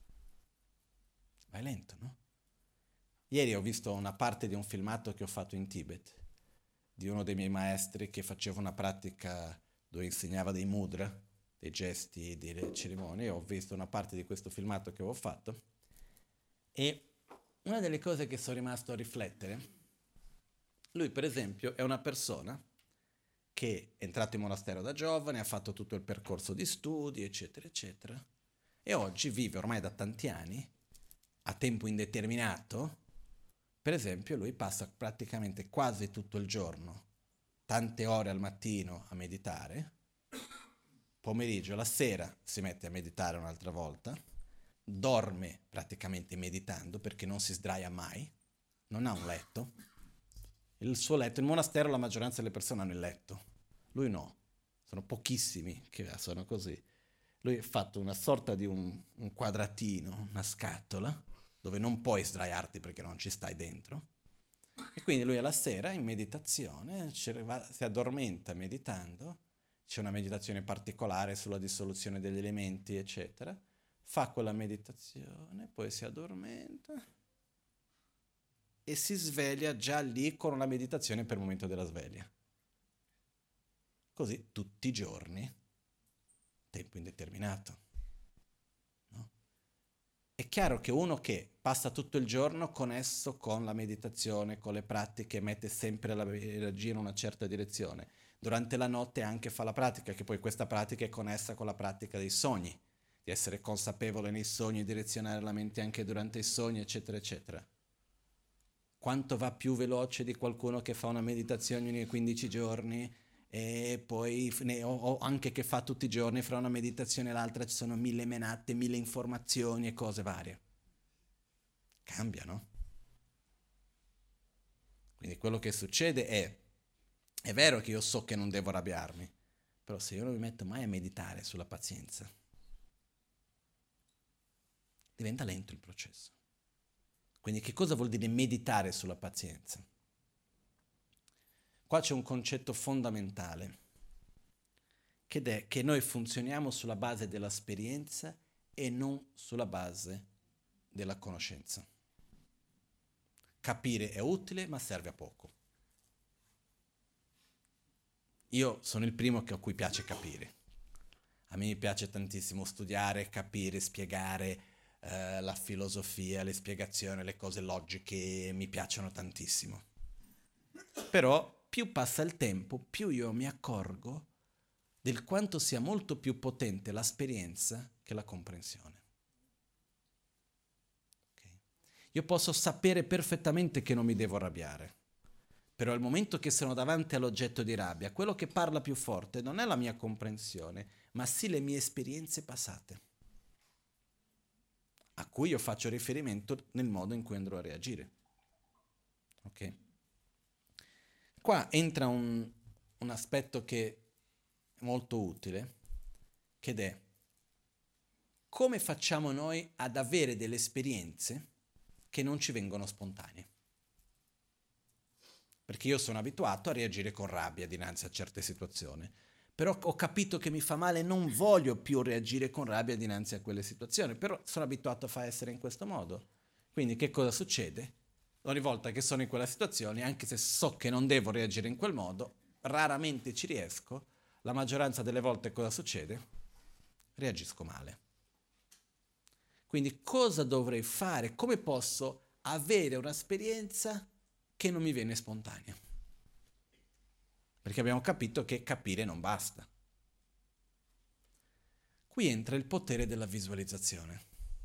vai lento, no? Ieri ho visto una parte di un filmato che ho fatto in Tibet, di uno dei miei maestri che faceva una pratica dove insegnava dei mudra, dei gesti, delle cerimonie. Ho visto una parte di questo filmato che avevo fatto e una delle cose che sono rimasto a riflettere, lui per esempio è una persona che è entrato in monastero da giovane, ha fatto tutto il percorso di studi, eccetera, eccetera, e oggi vive ormai da tanti anni, a tempo indeterminato. Per esempio lui passa praticamente quasi tutto il giorno, tante ore al mattino a meditare, pomeriggio, la sera si mette a meditare un'altra volta, dorme praticamente meditando perché non si sdraia mai, non ha un letto. Il suo letto, in monastero la maggioranza delle persone hanno il letto, lui no, sono pochissimi che sono così. Lui ha fatto una sorta di un quadratino, una scatola, dove non puoi sdraiarti perché non ci stai dentro. E quindi lui alla sera in meditazione si addormenta meditando, c'è una meditazione particolare sulla dissoluzione degli elementi, eccetera. Fa quella meditazione, poi si addormenta e si sveglia già lì con una meditazione per il momento della sveglia. Così tutti i giorni, tempo indeterminato. No? È chiaro che uno che passa tutto il giorno connesso con la meditazione, con le pratiche, mette sempre l'energia in una certa direzione. Durante la notte anche fa la pratica, che poi questa pratica è connessa con la pratica dei sogni, di essere consapevole nei sogni, direzionare la mente anche durante i sogni, eccetera, eccetera. Quanto va più veloce di qualcuno che fa una meditazione nei 15 giorni e poi o anche che fa tutti i giorni, fra una meditazione e l'altra ci sono 1000 menate, 1000 informazioni e cose varie. Cambia, no? Quindi quello che succede è vero che io so che non devo arrabbiarmi, però se io non mi metto mai a meditare sulla pazienza, diventa lento il processo. Quindi che cosa vuol dire meditare sulla pazienza? Qua c'è un concetto fondamentale, che è che noi funzioniamo sulla base dell'esperienza e non sulla base della conoscenza. Capire è utile, ma serve a poco. Io sono il primo a cui piace capire. A me piace tantissimo studiare, capire, spiegare la filosofia, le spiegazioni, le cose logiche, mi piacciono tantissimo. Però più passa il tempo, più io mi accorgo del quanto sia molto più potente l'esperienza che la comprensione. Okay? Io posso sapere perfettamente che non mi devo arrabbiare, però al momento che sono davanti all'oggetto di rabbia, quello che parla più forte non è la mia comprensione, ma sì le mie esperienze passate, a cui io faccio riferimento nel modo in cui andrò a reagire. Ok? Qua entra un aspetto che è molto utile, che è come facciamo noi ad avere delle esperienze che non ci vengono spontanee. Perché io sono abituato a reagire con rabbia dinanzi a certe situazioni, però ho capito che mi fa male e non voglio più reagire con rabbia dinanzi a quelle situazioni, però sono abituato a far essere in questo modo. Quindi che cosa succede? Ogni volta che sono in quella situazione, anche se so che non devo reagire in quel modo, raramente ci riesco, la maggioranza delle volte cosa succede? Reagisco male. Quindi cosa dovrei fare? Come posso avere un'esperienza che non mi viene spontanea? Perché abbiamo capito che capire non basta. Qui entra il potere della visualizzazione.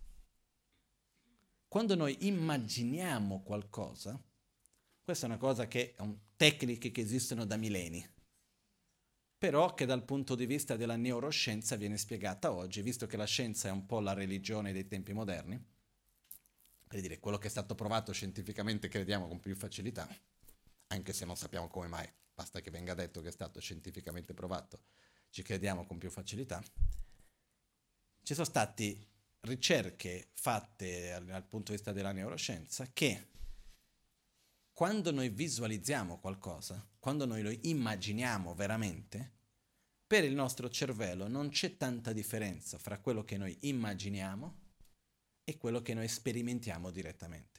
Quando noi immaginiamo qualcosa, questa è una cosa che è tecniche che esistono da millenni, però che dal punto di vista della neuroscienza viene spiegata oggi, visto che la scienza è un po' la religione dei tempi moderni, per dire quello che è stato provato scientificamente crediamo con più facilità, anche se non sappiamo come mai, basta che venga detto che è stato scientificamente provato, ci crediamo con più facilità. Ci sono state ricerche fatte dal punto di vista della neuroscienza che quando noi visualizziamo qualcosa, quando noi lo immaginiamo veramente, per il nostro cervello non c'è tanta differenza fra quello che noi immaginiamo e quello che noi sperimentiamo direttamente.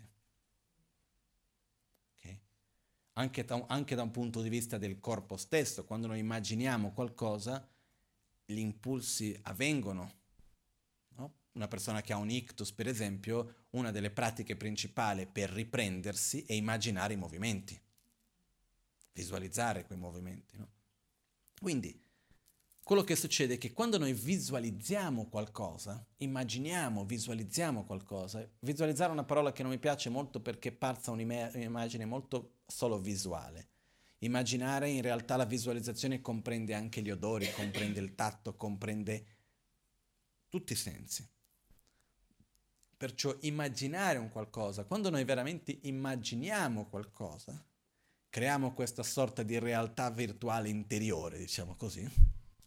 Okay? Anche da un punto di vista del corpo stesso, quando noi immaginiamo qualcosa, gli impulsi avvengono. No? Una persona che ha un ictus, per esempio, una delle pratiche principali per riprendersi è immaginare i movimenti, visualizzare quei movimenti. No? Quindi, quello che succede è che quando noi visualizziamo qualcosa, immaginiamo, visualizziamo qualcosa, visualizzare è una parola che non mi piace molto perché parsa un'immagine molto solo visuale. Immaginare, in realtà la visualizzazione comprende anche gli odori, comprende il tatto, comprende tutti i sensi. Perciò immaginare un qualcosa, quando noi veramente immaginiamo qualcosa, creiamo questa sorta di realtà virtuale interiore, diciamo così,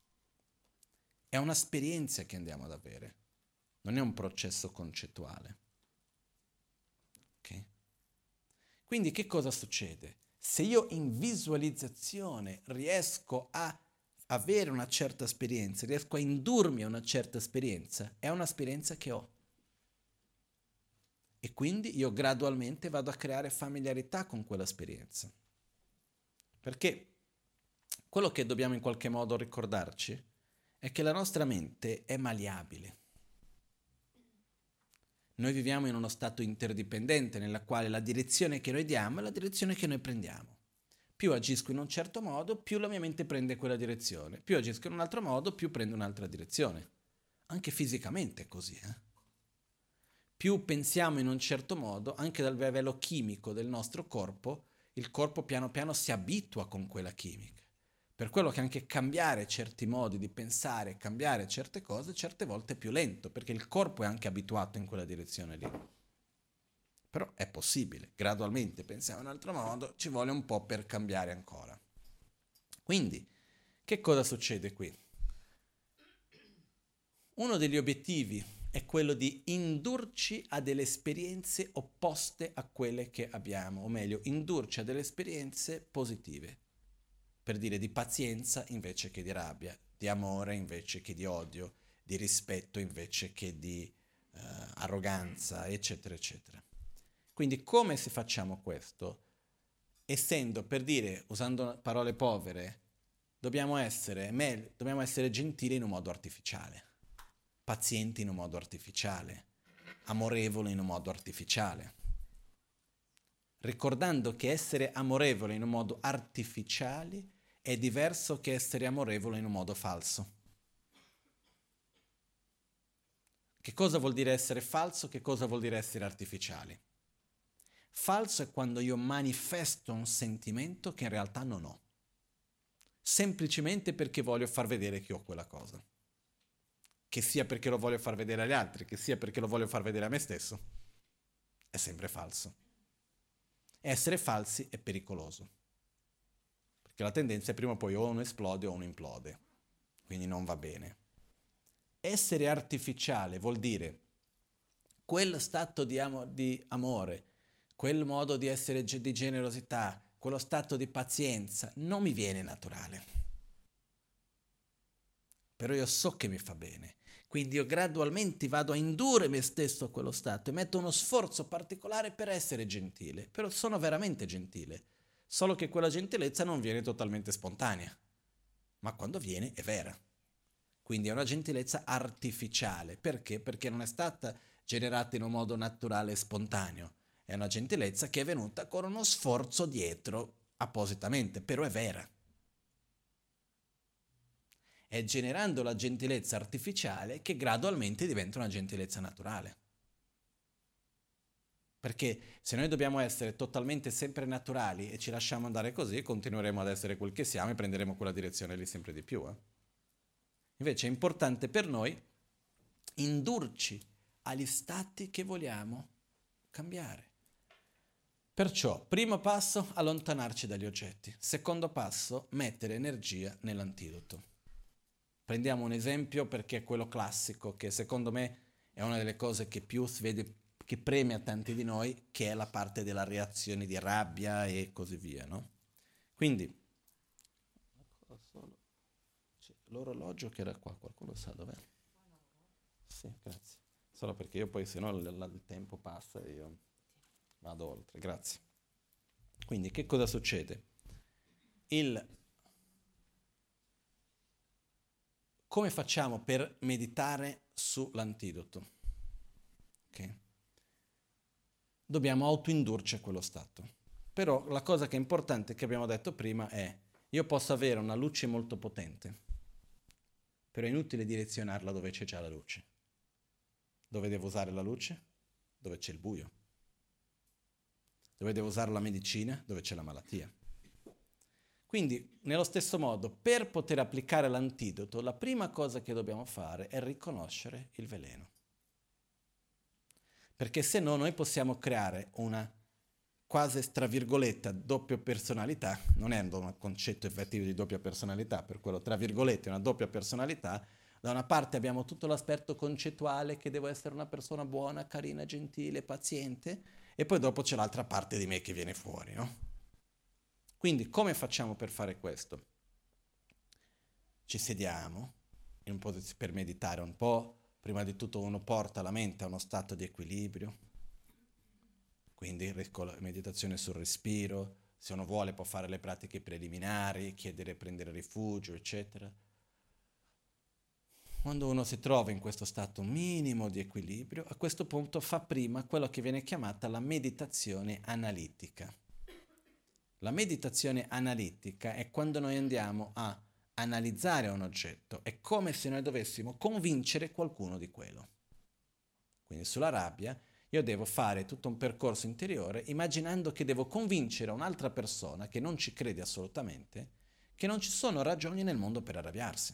È un'esperienza che andiamo ad avere, non è un processo concettuale. Ok? Quindi che cosa succede? Se io in visualizzazione riesco a avere una certa esperienza, riesco a indurmi a una certa esperienza, è un'esperienza che ho. E quindi io gradualmente vado a creare familiarità con quell'esperienza. Perché quello che dobbiamo in qualche modo ricordarci è che la nostra mente è malleabile. Noi viviamo in uno stato interdipendente nella quale la direzione che noi diamo è la direzione che noi prendiamo. Più agisco in un certo modo, più la mia mente prende quella direzione. Più agisco in un altro modo, più prende un'altra direzione. Anche fisicamente è così. Più pensiamo in un certo modo, anche dal livello chimico del nostro corpo, il corpo piano piano si abitua con quella chimica. Per quello che anche cambiare certi modi di pensare, cambiare certe cose, certe volte è più lento, perché il corpo è anche abituato in quella direzione lì. Però è possibile, gradualmente pensiamo in un altro modo, ci vuole un po' per cambiare ancora. Quindi, che cosa succede qui? Uno degli obiettivi è quello di indurci a delle esperienze opposte a quelle che abbiamo, o meglio, indurci a delle esperienze positive. Per dire di pazienza invece che di rabbia, di amore invece che di odio, di rispetto invece che di arroganza, eccetera, eccetera. Quindi come se facciamo questo? Essendo, per dire, usando parole povere, dobbiamo essere gentili in un modo artificiale, pazienti in un modo artificiale, amorevoli in un modo artificiale. Ricordando che essere amorevole in un modo artificiale è diverso che essere amorevole in un modo falso. Che cosa vuol dire essere falso? Che cosa vuol dire essere artificiale? Falso è quando io manifesto un sentimento che in realtà non ho, semplicemente perché voglio far vedere che ho quella cosa. Che sia perché lo voglio far vedere agli altri, che sia perché lo voglio far vedere a me stesso, è sempre falso. Essere falsi è pericoloso. Perché la tendenza è prima o poi o uno esplode o uno implode, quindi non va bene. Essere artificiale vuol dire quel stato di amore, quel modo di essere di generosità, quello stato di pazienza, non mi viene naturale. Però io so che mi fa bene, quindi io gradualmente vado a indurre me stesso a quello stato e metto uno sforzo particolare per essere gentile, però sono veramente gentile. Solo che quella gentilezza non viene totalmente spontanea, ma quando viene è vera. Quindi è una gentilezza artificiale. Perché? Perché non è stata generata in un modo naturale e spontaneo. È una gentilezza che è venuta con uno sforzo dietro appositamente, però è vera. È generando la gentilezza artificiale che gradualmente diventa una gentilezza naturale. Perché se noi dobbiamo essere totalmente sempre naturali e ci lasciamo andare così, continueremo ad essere quel che siamo e prenderemo quella direzione lì sempre di più. Invece è importante per noi indurci agli stati che vogliamo cambiare. Perciò, primo passo, allontanarci dagli oggetti. Secondo passo, mettere energia nell'antidoto. Prendiamo un esempio perché è quello classico, che secondo me è una delle cose che più si vede, che premia tanti di noi, che è la parte della reazione di rabbia e così via, no? Quindi, c'è l'orologio che era qua, qualcuno sa dov'è? Sì, grazie. Solo perché io poi se no il tempo passa e io vado oltre, grazie. Quindi che cosa succede? Come facciamo per meditare sull'antidoto? Okay. Dobbiamo autoindurci a quello stato. Però la cosa che è importante che abbiamo detto prima è io posso avere una luce molto potente, però è inutile direzionarla dove c'è già la luce. Dove devo usare la luce? Dove c'è il buio. Dove devo usare la medicina? Dove c'è la malattia. Quindi, nello stesso modo, per poter applicare l'antidoto, la prima cosa che dobbiamo fare è riconoscere il veleno. Perché se no noi possiamo creare una quasi, tra virgolette, doppia personalità, non è un concetto effettivo di doppia personalità, per quello, tra virgolette, una doppia personalità, Da una parte abbiamo tutto l'aspetto concettuale che devo essere una persona buona, carina, gentile, paziente, e poi dopo c'è l'altra parte di me che viene fuori, no? Quindi come facciamo per fare questo? Ci sediamo per meditare un po', prima di tutto uno porta la mente a uno stato di equilibrio, quindi meditazione sul respiro, se uno vuole può fare le pratiche preliminari, chiedere, prendere rifugio, eccetera. Quando uno si trova in questo stato minimo di equilibrio, a questo punto fa prima quello che viene chiamata la meditazione analitica. La meditazione analitica è quando noi andiamo a analizzare un oggetto, è come se noi dovessimo convincere qualcuno di quello. Quindi sulla rabbia io devo fare tutto un percorso interiore immaginando che devo convincere un'altra persona che non ci crede assolutamente che non ci sono ragioni nel mondo per arrabbiarsi.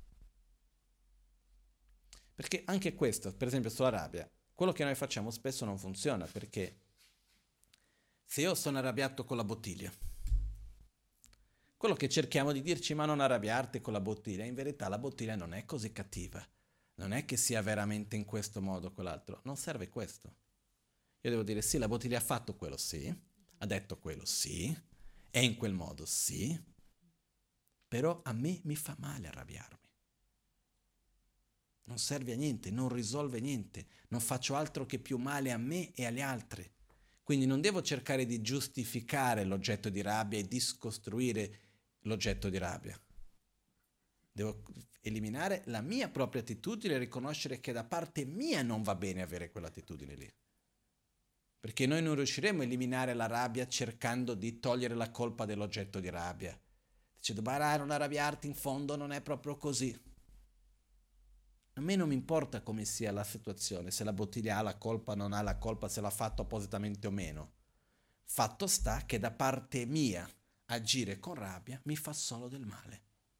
Perché anche questo, per esempio sulla rabbia, quello che noi facciamo spesso non funziona, perché se io sono arrabbiato con la bottiglia, quello che cerchiamo di dirci ma non arrabbiarti con la bottiglia, in verità la bottiglia non è così cattiva, non è che sia veramente in questo modo o quell'altro, non serve questo. Io devo dire sì, la bottiglia ha fatto quello, sì, ha detto quello, sì, è in quel modo, sì, però a me mi fa male arrabbiarmi. Non serve a niente, non risolve niente, non faccio altro che più male a me e agli altri. Quindi non devo cercare di giustificare l'oggetto di rabbia e discostruire l'oggetto di rabbia. Devo eliminare la mia propria attitudine e riconoscere che da parte mia non va bene avere quell'attitudine lì. Perché noi non riusciremo a eliminare la rabbia cercando di togliere la colpa dell'oggetto di rabbia. Dice, non arrabbiarti, in fondo non è proprio così. A me non mi importa come sia la situazione, se la bottiglia ha la colpa o non ha la colpa, se l'ha fatto appositamente o meno. Fatto sta che da parte mia agire con rabbia mi fa solo del male.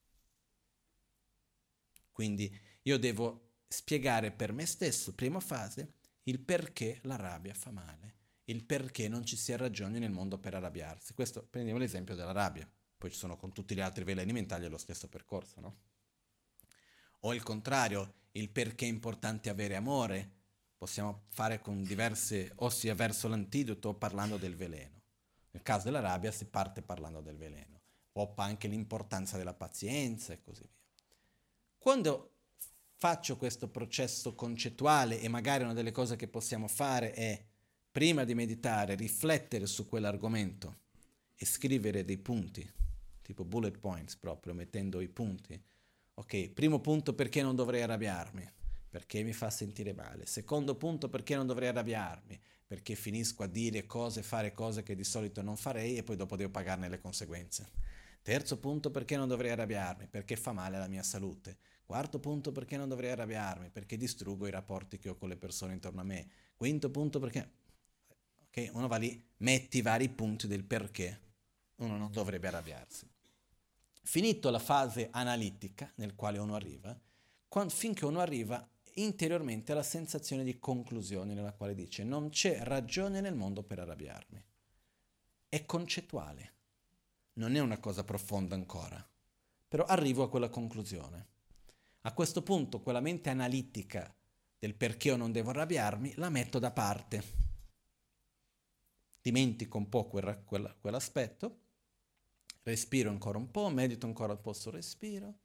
Quindi io devo spiegare per me stesso, prima fase, il perché la rabbia fa male, il perché non ci sia ragione nel mondo per arrabbiarsi. Questo, prendiamo l'esempio della rabbia, poi ci sono con tutti gli altri veleni mentali lo stesso percorso, no? O il contrario, il perché è importante avere amore, possiamo fare con diverse, o sia verso l'antidoto o parlando del veleno. Nel caso della rabbia si parte parlando del veleno, o anche l'importanza della pazienza e così via. Quando faccio questo processo concettuale, e magari una delle cose che possiamo fare è, prima di meditare, riflettere su quell'argomento e scrivere dei punti, tipo bullet points proprio, mettendo i punti. Ok, primo punto, perché non dovrei arrabbiarmi? Perché mi fa sentire male. Secondo punto, perché non dovrei arrabbiarmi? Perché finisco a dire cose, fare cose che di solito non farei e poi dopo devo pagarne le conseguenze. Terzo punto, perché non dovrei arrabbiarmi? Perché fa male alla mia salute. Quarto punto, perché non dovrei arrabbiarmi? Perché distruggo i rapporti che ho con le persone intorno a me. Quinto punto, perché... Ok, uno va lì, metti i vari punti del perché uno non dovrebbe arrabbiarsi. Finito la fase analitica nel quale uno arriva, finché uno arriva interiormente alla sensazione di conclusione nella quale dice non c'è ragione nel mondo per arrabbiarmi. È concettuale, non è una cosa profonda ancora, però arrivo a quella conclusione. A questo punto quella mente analitica del perché io non devo arrabbiarmi la metto da parte. Dimentico un po' quell'aspetto, respiro ancora un po', medito ancora un po' sul respiro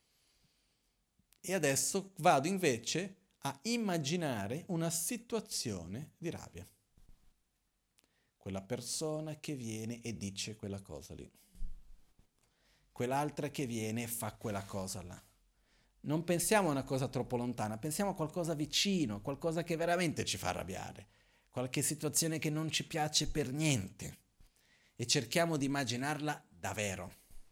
e adesso vado invece a immaginare una situazione di rabbia. Quella persona che viene e dice quella cosa lì. Quell'altra che viene e fa quella cosa là. Non pensiamo a una cosa troppo lontana, pensiamo a qualcosa vicino, qualcosa che veramente ci fa arrabbiare, qualche situazione che non ci piace per niente e cerchiamo di immaginarla davvero.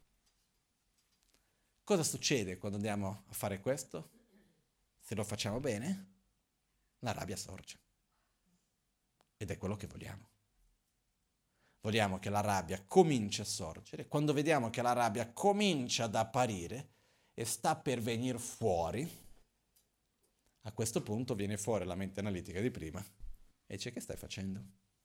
Cosa succede quando andiamo a fare questo? Se lo facciamo bene, la rabbia sorge. Ed è quello che vogliamo. Vogliamo che la rabbia cominci a sorgere. Quando vediamo che la rabbia comincia ad apparire e sta per venire fuori, a questo punto viene fuori la mente analitica di prima e dice: che stai facendo?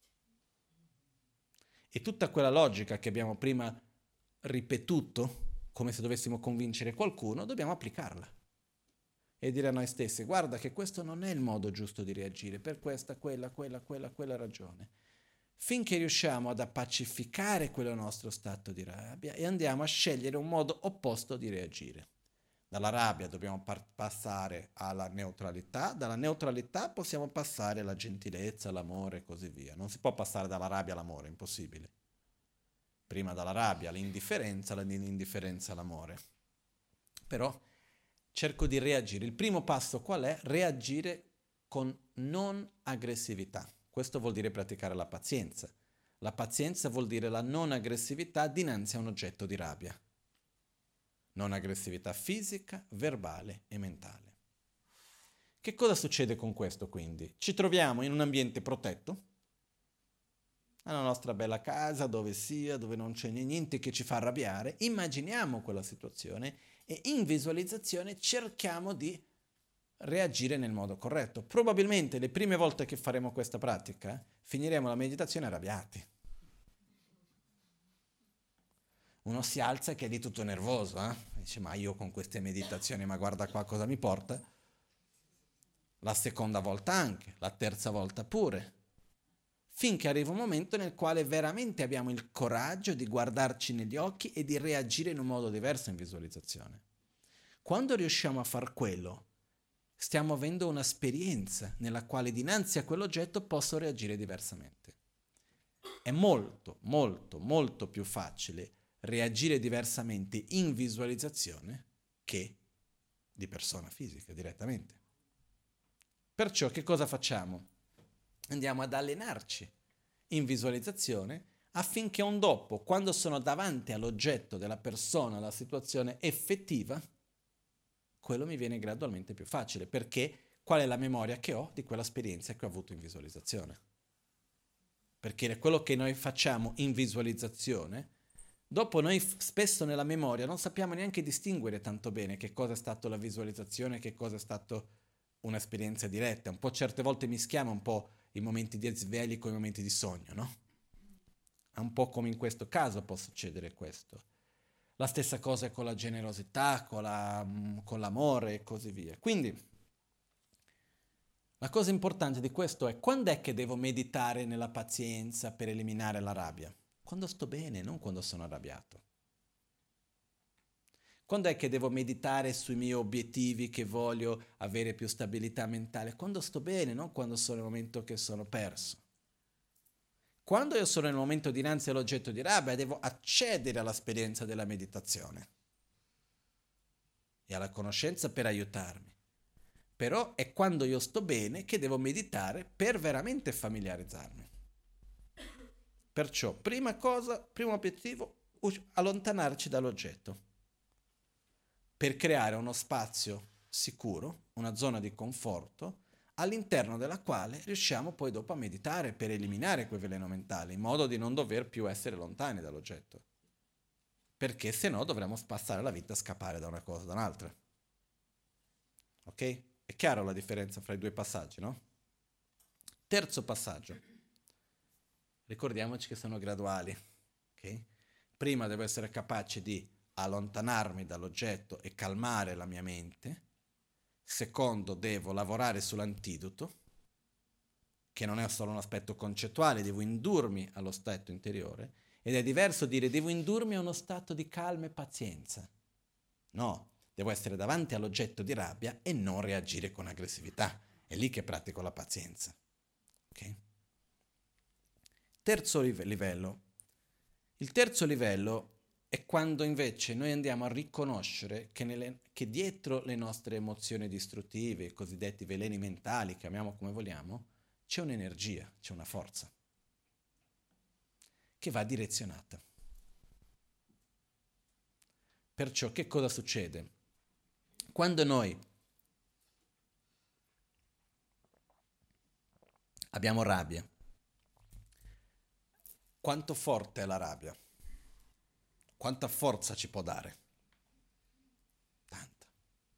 E tutta quella logica che abbiamo prima ripetuto, come se dovessimo convincere qualcuno, dobbiamo applicarla. e dire a noi stessi, guarda che questo non è il modo giusto di reagire, per questa, quella ragione. Finché riusciamo ad appacificare quello nostro stato di rabbia e andiamo a scegliere un modo opposto di reagire. Dalla rabbia dobbiamo passare alla neutralità, dalla neutralità possiamo passare alla gentilezza, all'amore e così via. Non si può passare dalla rabbia all'amore, è impossibile. Prima dalla rabbia all'indifferenza, dall'indifferenza all'amore. Però cerco di reagire. Il primo passo qual è? Reagire con non aggressività. Questo vuol dire praticare la pazienza. La pazienza vuol dire la non aggressività dinanzi a un oggetto di rabbia. Non aggressività fisica, verbale e mentale. Che cosa succede con questo quindi? Ci troviamo in un ambiente protetto, alla nostra bella casa, dove sia, dove non c'è niente che ci fa arrabbiare, immaginiamo quella situazione e in visualizzazione cerchiamo di reagire nel modo corretto. Probabilmente le prime volte che faremo questa pratica finiremo la meditazione arrabbiati. Uno si alza che è di tutto nervoso, dice ma io con queste meditazioni, ma guarda qua cosa mi porta. La seconda volta anche, la terza volta pure. Finché arriva un momento nel quale veramente abbiamo il coraggio di guardarci negli occhi e di reagire in un modo diverso in visualizzazione. Quando riusciamo a far quello, stiamo avendo un'esperienza nella quale dinanzi a quell'oggetto posso reagire diversamente. È molto, molto, molto più facile reagire diversamente in visualizzazione che di persona fisica direttamente. Perciò che cosa facciamo? Andiamo ad allenarci in visualizzazione affinché un dopo, quando sono davanti all'oggetto della persona, alla situazione effettiva, quello mi viene gradualmente più facile, perché qual è la memoria che ho di quell'esperienza che ho avuto in visualizzazione? Perché quello che noi facciamo in visualizzazione, dopo noi spesso nella memoria non sappiamo neanche distinguere tanto bene che cosa è stato la visualizzazione e che cosa è stato un'esperienza diretta. Un po' certe volte mischiamo un po' i momenti di risveglio con i momenti di sogno, no? È un po' come in questo caso può succedere questo. La stessa cosa è con la generosità, con l'amore e così via. Quindi la cosa importante di questo è quando è che devo meditare nella pazienza per eliminare la rabbia? Quando sto bene, non quando sono arrabbiato. Quando è che devo meditare sui miei obiettivi che voglio avere più stabilità mentale? Quando sto bene, non quando sono nel momento che sono perso. Quando io sono nel momento dinanzi all'oggetto di rabbia, devo accedere all'esperienza della meditazione e alla conoscenza per aiutarmi. Però è quando io sto bene che devo meditare per veramente familiarizzarmi. Perciò, prima cosa, primo obiettivo, allontanarci dall'oggetto per creare uno spazio sicuro, una zona di conforto, all'interno della quale riusciamo poi dopo a meditare per eliminare quel veleno mentale, in modo di non dover più essere lontani dall'oggetto. Perché se no dovremmo passare la vita a scappare da una cosa o da un'altra. Ok? È chiaro la differenza fra i due passaggi, no? Terzo passaggio. Ricordiamoci che sono graduali. Okay? Prima devo essere capace di allontanarmi dall'oggetto e calmare la mia mente. Secondo, devo lavorare sull'antidoto, che non è solo un aspetto concettuale, devo indurmi allo stato interiore, ed è diverso dire devo indurmi a uno stato di calma e pazienza. No, devo essere davanti all'oggetto di rabbia e non reagire con aggressività. È lì che pratico la pazienza. Okay? Terzo livello. Il terzo livello è quando invece noi andiamo a riconoscere che dietro le nostre emozioni distruttive, i cosiddetti veleni mentali, chiamiamo come vogliamo, c'è un'energia, c'è una forza che va direzionata. Perciò che cosa succede? Quando noi abbiamo rabbia, quanto forte è la rabbia? Quanta forza ci può dare? Tanta.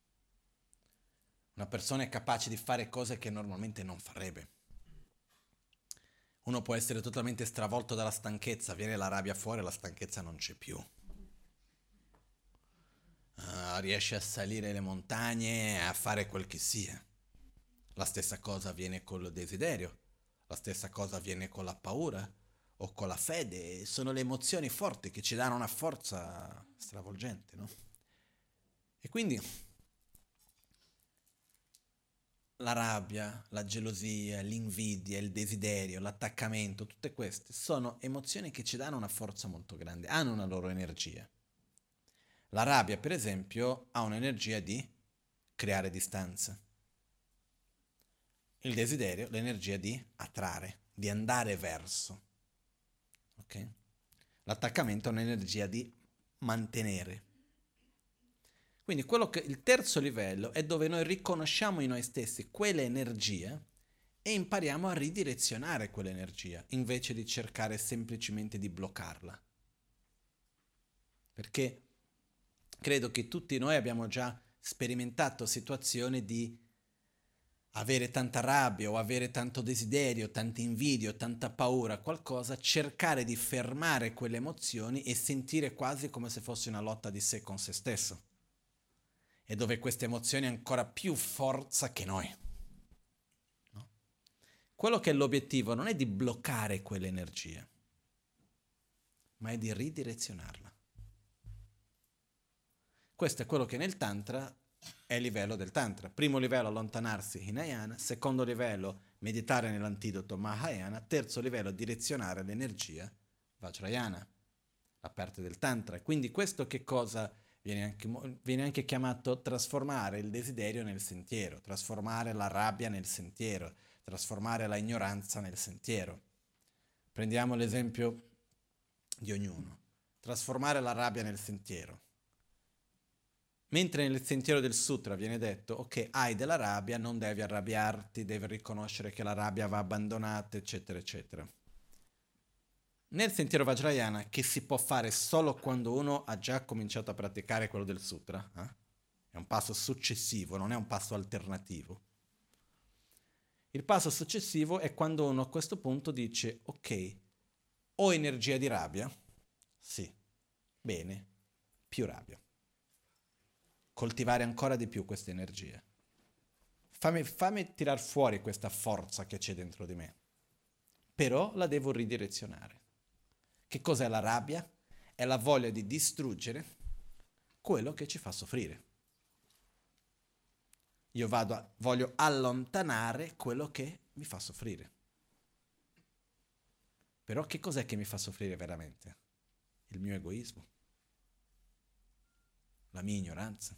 Una persona è capace di fare cose che normalmente non farebbe. Uno può essere totalmente stravolto dalla stanchezza, viene la rabbia fuori e la stanchezza non c'è più. riesce a salire le montagne e a fare quel che sia. La stessa cosa avviene col desiderio, la stessa cosa avviene con la paura o con la fede. Sono le emozioni forti che ci danno una forza stravolgente, no? E quindi la rabbia, la gelosia, l'invidia, il desiderio, l'attaccamento, tutte queste sono emozioni che ci danno una forza molto grande, hanno una loro energia. La rabbia, per esempio, ha un'energia di creare distanza. Il desiderio, l'energia di attrarre, di andare verso. Ok? L'attaccamento ha un'energia di mantenere. Quindi il terzo livello è dove noi riconosciamo in noi stessi quell'energia e impariamo a ridirezionare quell'energia invece di cercare semplicemente di bloccarla. Perché credo che tutti noi abbiamo già sperimentato situazioni di avere tanta rabbia o avere tanto desiderio, tanta invidia, tanta paura, qualcosa, cercare di fermare quelle emozioni e sentire quasi come se fosse una lotta di sé con se stesso. E dove queste emozioni hanno ancora più forza che noi. No? Quello che è l'obiettivo non è di bloccare quell'energia, ma è di ridirezionarla. Questo è quello che nel Tantra è il livello del Tantra. Primo livello allontanarsi Hinayana, secondo livello meditare nell'antidoto Mahayana, terzo livello direzionare l'energia Vajrayana, la parte del Tantra. Quindi questo che cosa viene anche chiamato trasformare il desiderio nel sentiero, trasformare la rabbia nel sentiero, trasformare la ignoranza nel sentiero. Prendiamo l'esempio di ognuno. Trasformare la rabbia nel sentiero. Mentre nel sentiero del sutra viene detto, ok, hai della rabbia, non devi arrabbiarti, devi riconoscere che la rabbia va abbandonata, eccetera, eccetera. Nel sentiero Vajrayana, che si può fare solo quando uno ha già cominciato a praticare quello del sutra, è un passo successivo, non è un passo alternativo. Il passo successivo è quando uno a questo punto dice, ok, ho energia di rabbia? Sì, bene, più rabbia. Coltivare ancora di più questa energia. Fammi tirar fuori questa forza che c'è dentro di me. Però la devo ridirezionare. Che cos'è la rabbia? È la voglia di distruggere quello che ci fa soffrire. Io voglio allontanare quello che mi fa soffrire. Però che cos'è che mi fa soffrire veramente? Il mio egoismo, la mia ignoranza,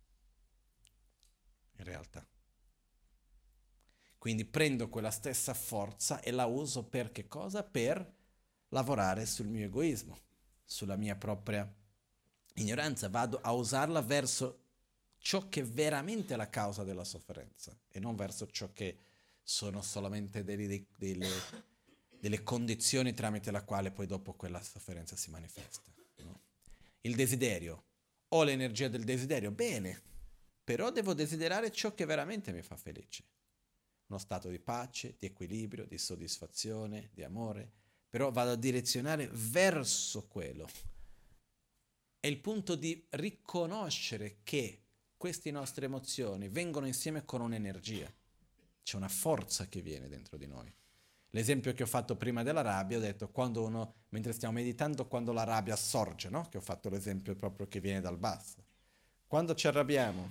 in realtà. Quindi prendo quella stessa forza e la uso per che cosa? Per lavorare sul mio egoismo, sulla mia propria ignoranza. Vado a usarla verso ciò che è veramente la causa della sofferenza e non verso ciò che sono solamente delle condizioni tramite la quale poi dopo quella sofferenza si manifesta. No? Il desiderio. Ho l'energia del desiderio, bene, però devo desiderare ciò che veramente mi fa felice. Uno stato di pace, di equilibrio, di soddisfazione, di amore, però vado a direzionare verso quello. È il punto di riconoscere che queste nostre emozioni vengono insieme con un'energia. C'è una forza che viene dentro di noi. L'esempio che ho fatto prima della rabbia, ho detto quando uno, mentre stiamo meditando, quando la rabbia sorge, no? Che ho fatto l'esempio proprio che viene dal basso. Quando ci arrabbiamo,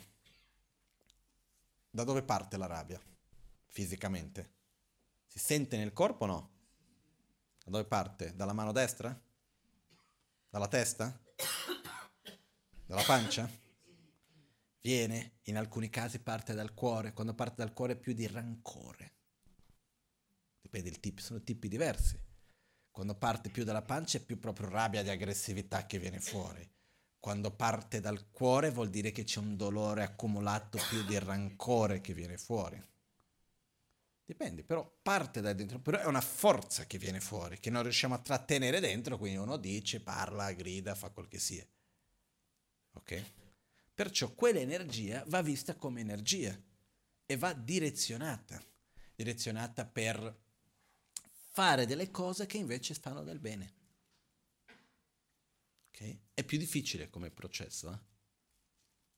da dove parte la rabbia? Fisicamente. Si sente nel corpo o no? Da dove parte? Dalla mano destra? Dalla testa? Dalla pancia? Viene, in alcuni casi parte dal cuore, quando parte dal cuore è più di rancore. Dipende il tipo, sono tipi diversi. Quando parte più dalla pancia è più proprio rabbia di aggressività che viene fuori. Quando parte dal cuore vuol dire che c'è un dolore accumulato più di rancore che viene fuori. Dipende, però parte da dentro, però è una forza che viene fuori, che non riusciamo a trattenere dentro, quindi uno dice, parla, grida, fa quel che sia. Ok? Perciò quell'energia va vista come energia e va direzionata per fare delle cose che invece fanno del bene. Okay? È più difficile come processo,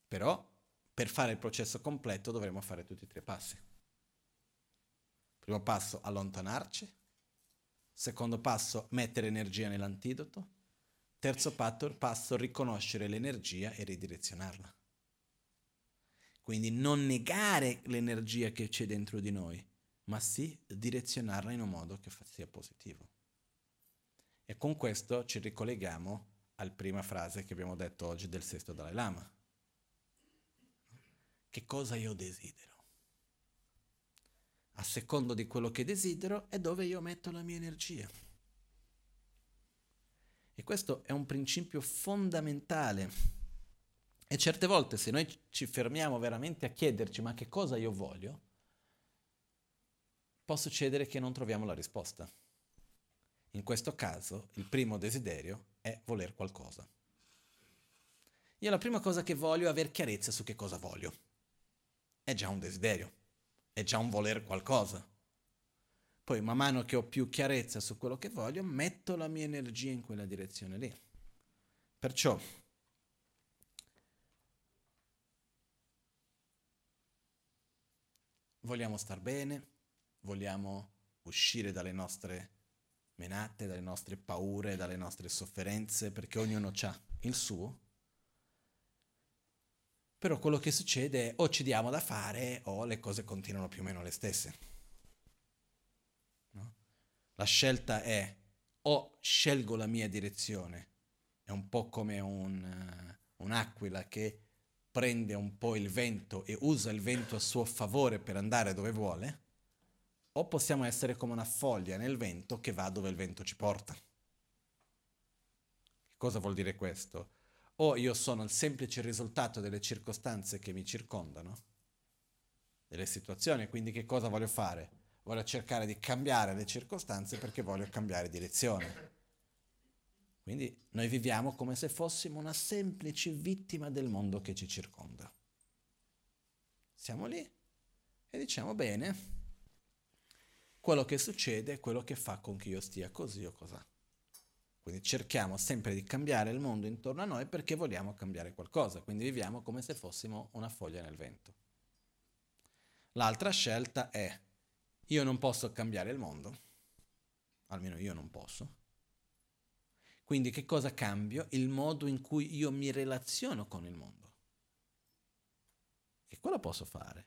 Però per fare il processo completo dovremo fare tutti e tre passi. Primo passo, allontanarci. Secondo passo, mettere energia nell'antidoto. Terzo passo, riconoscere l'energia e ridirezionarla. Quindi non negare l'energia che c'è dentro di noi, ma sì direzionarla in un modo che sia positivo. E con questo ci ricolleghiamo alla prima frase che abbiamo detto oggi del sesto Dalai Lama. Che cosa io desidero? A secondo di quello che desidero è dove io metto la mia energia. E questo è un principio fondamentale. E certe volte se noi ci fermiamo veramente a chiederci ma che cosa io voglio, può succedere che non troviamo la risposta. In questo caso il primo desiderio è voler qualcosa. Io la prima cosa che voglio è avere chiarezza su che cosa voglio. È già un desiderio, è già un voler qualcosa. Poi man mano che ho più chiarezza su quello che voglio, metto la mia energia in quella direzione lì. Perciò vogliamo star bene, vogliamo uscire dalle nostre menate, dalle nostre paure, dalle nostre sofferenze, perché ognuno ha il suo. Però quello che succede è o ci diamo da fare o le cose continuano più o meno le stesse. No? La scelta è o scelgo la mia direzione, è un po' come un'aquila che prende un po' il vento e usa il vento a suo favore per andare dove vuole, o possiamo essere come una foglia nel vento che va dove il vento ci porta. Che cosa vuol dire questo? O io sono il semplice risultato delle circostanze che mi circondano, delle situazioni, quindi che cosa voglio fare? Voglio cercare di cambiare le circostanze perché voglio cambiare direzione. Quindi noi viviamo come se fossimo una semplice vittima del mondo che ci circonda. Siamo lì e diciamo bene, quello che succede è quello che fa con che io stia così o cos'ha. Quindi cerchiamo sempre di cambiare il mondo intorno a noi perché vogliamo cambiare qualcosa, quindi viviamo come se fossimo una foglia nel vento. L'altra scelta è: io non posso cambiare il mondo, almeno io non posso. Quindi che cosa cambio? Il modo in cui io mi relaziono con il mondo. E quello posso fare.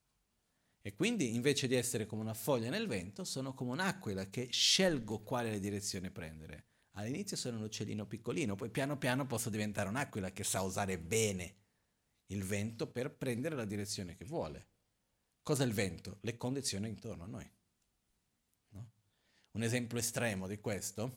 E quindi invece di essere come una foglia nel vento, sono come un'aquila che scelgo quale direzione prendere. All'inizio sono un uccellino piccolino, poi piano piano posso diventare un'aquila che sa usare bene il vento per prendere la direzione che vuole. Cos'è il vento? Le condizioni intorno a noi. No? Un esempio estremo di questo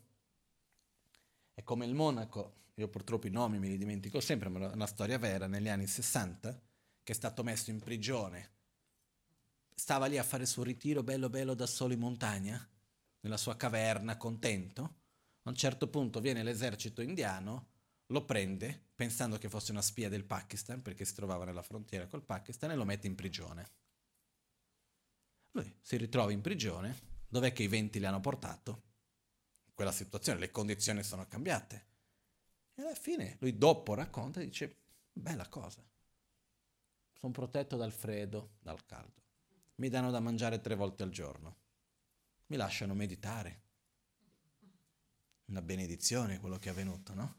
è come il monaco, io purtroppo i nomi me li dimentico sempre, ma è una storia vera, negli anni 60, che è stato messo in prigione. Stava lì a fare il suo ritiro bello bello da solo in montagna, nella sua caverna, contento. A un certo punto viene l'esercito indiano, lo prende, pensando che fosse una spia del Pakistan, perché si trovava nella frontiera col Pakistan, e lo mette in prigione. Lui si ritrova in prigione, dov'è che i venti li hanno portato? In quella situazione, le condizioni sono cambiate. E alla fine lui dopo racconta e dice: bella cosa, sono protetto dal freddo, dal caldo, mi danno da mangiare 3 volte al giorno, mi lasciano meditare. Una benedizione quello che è avvenuto, no?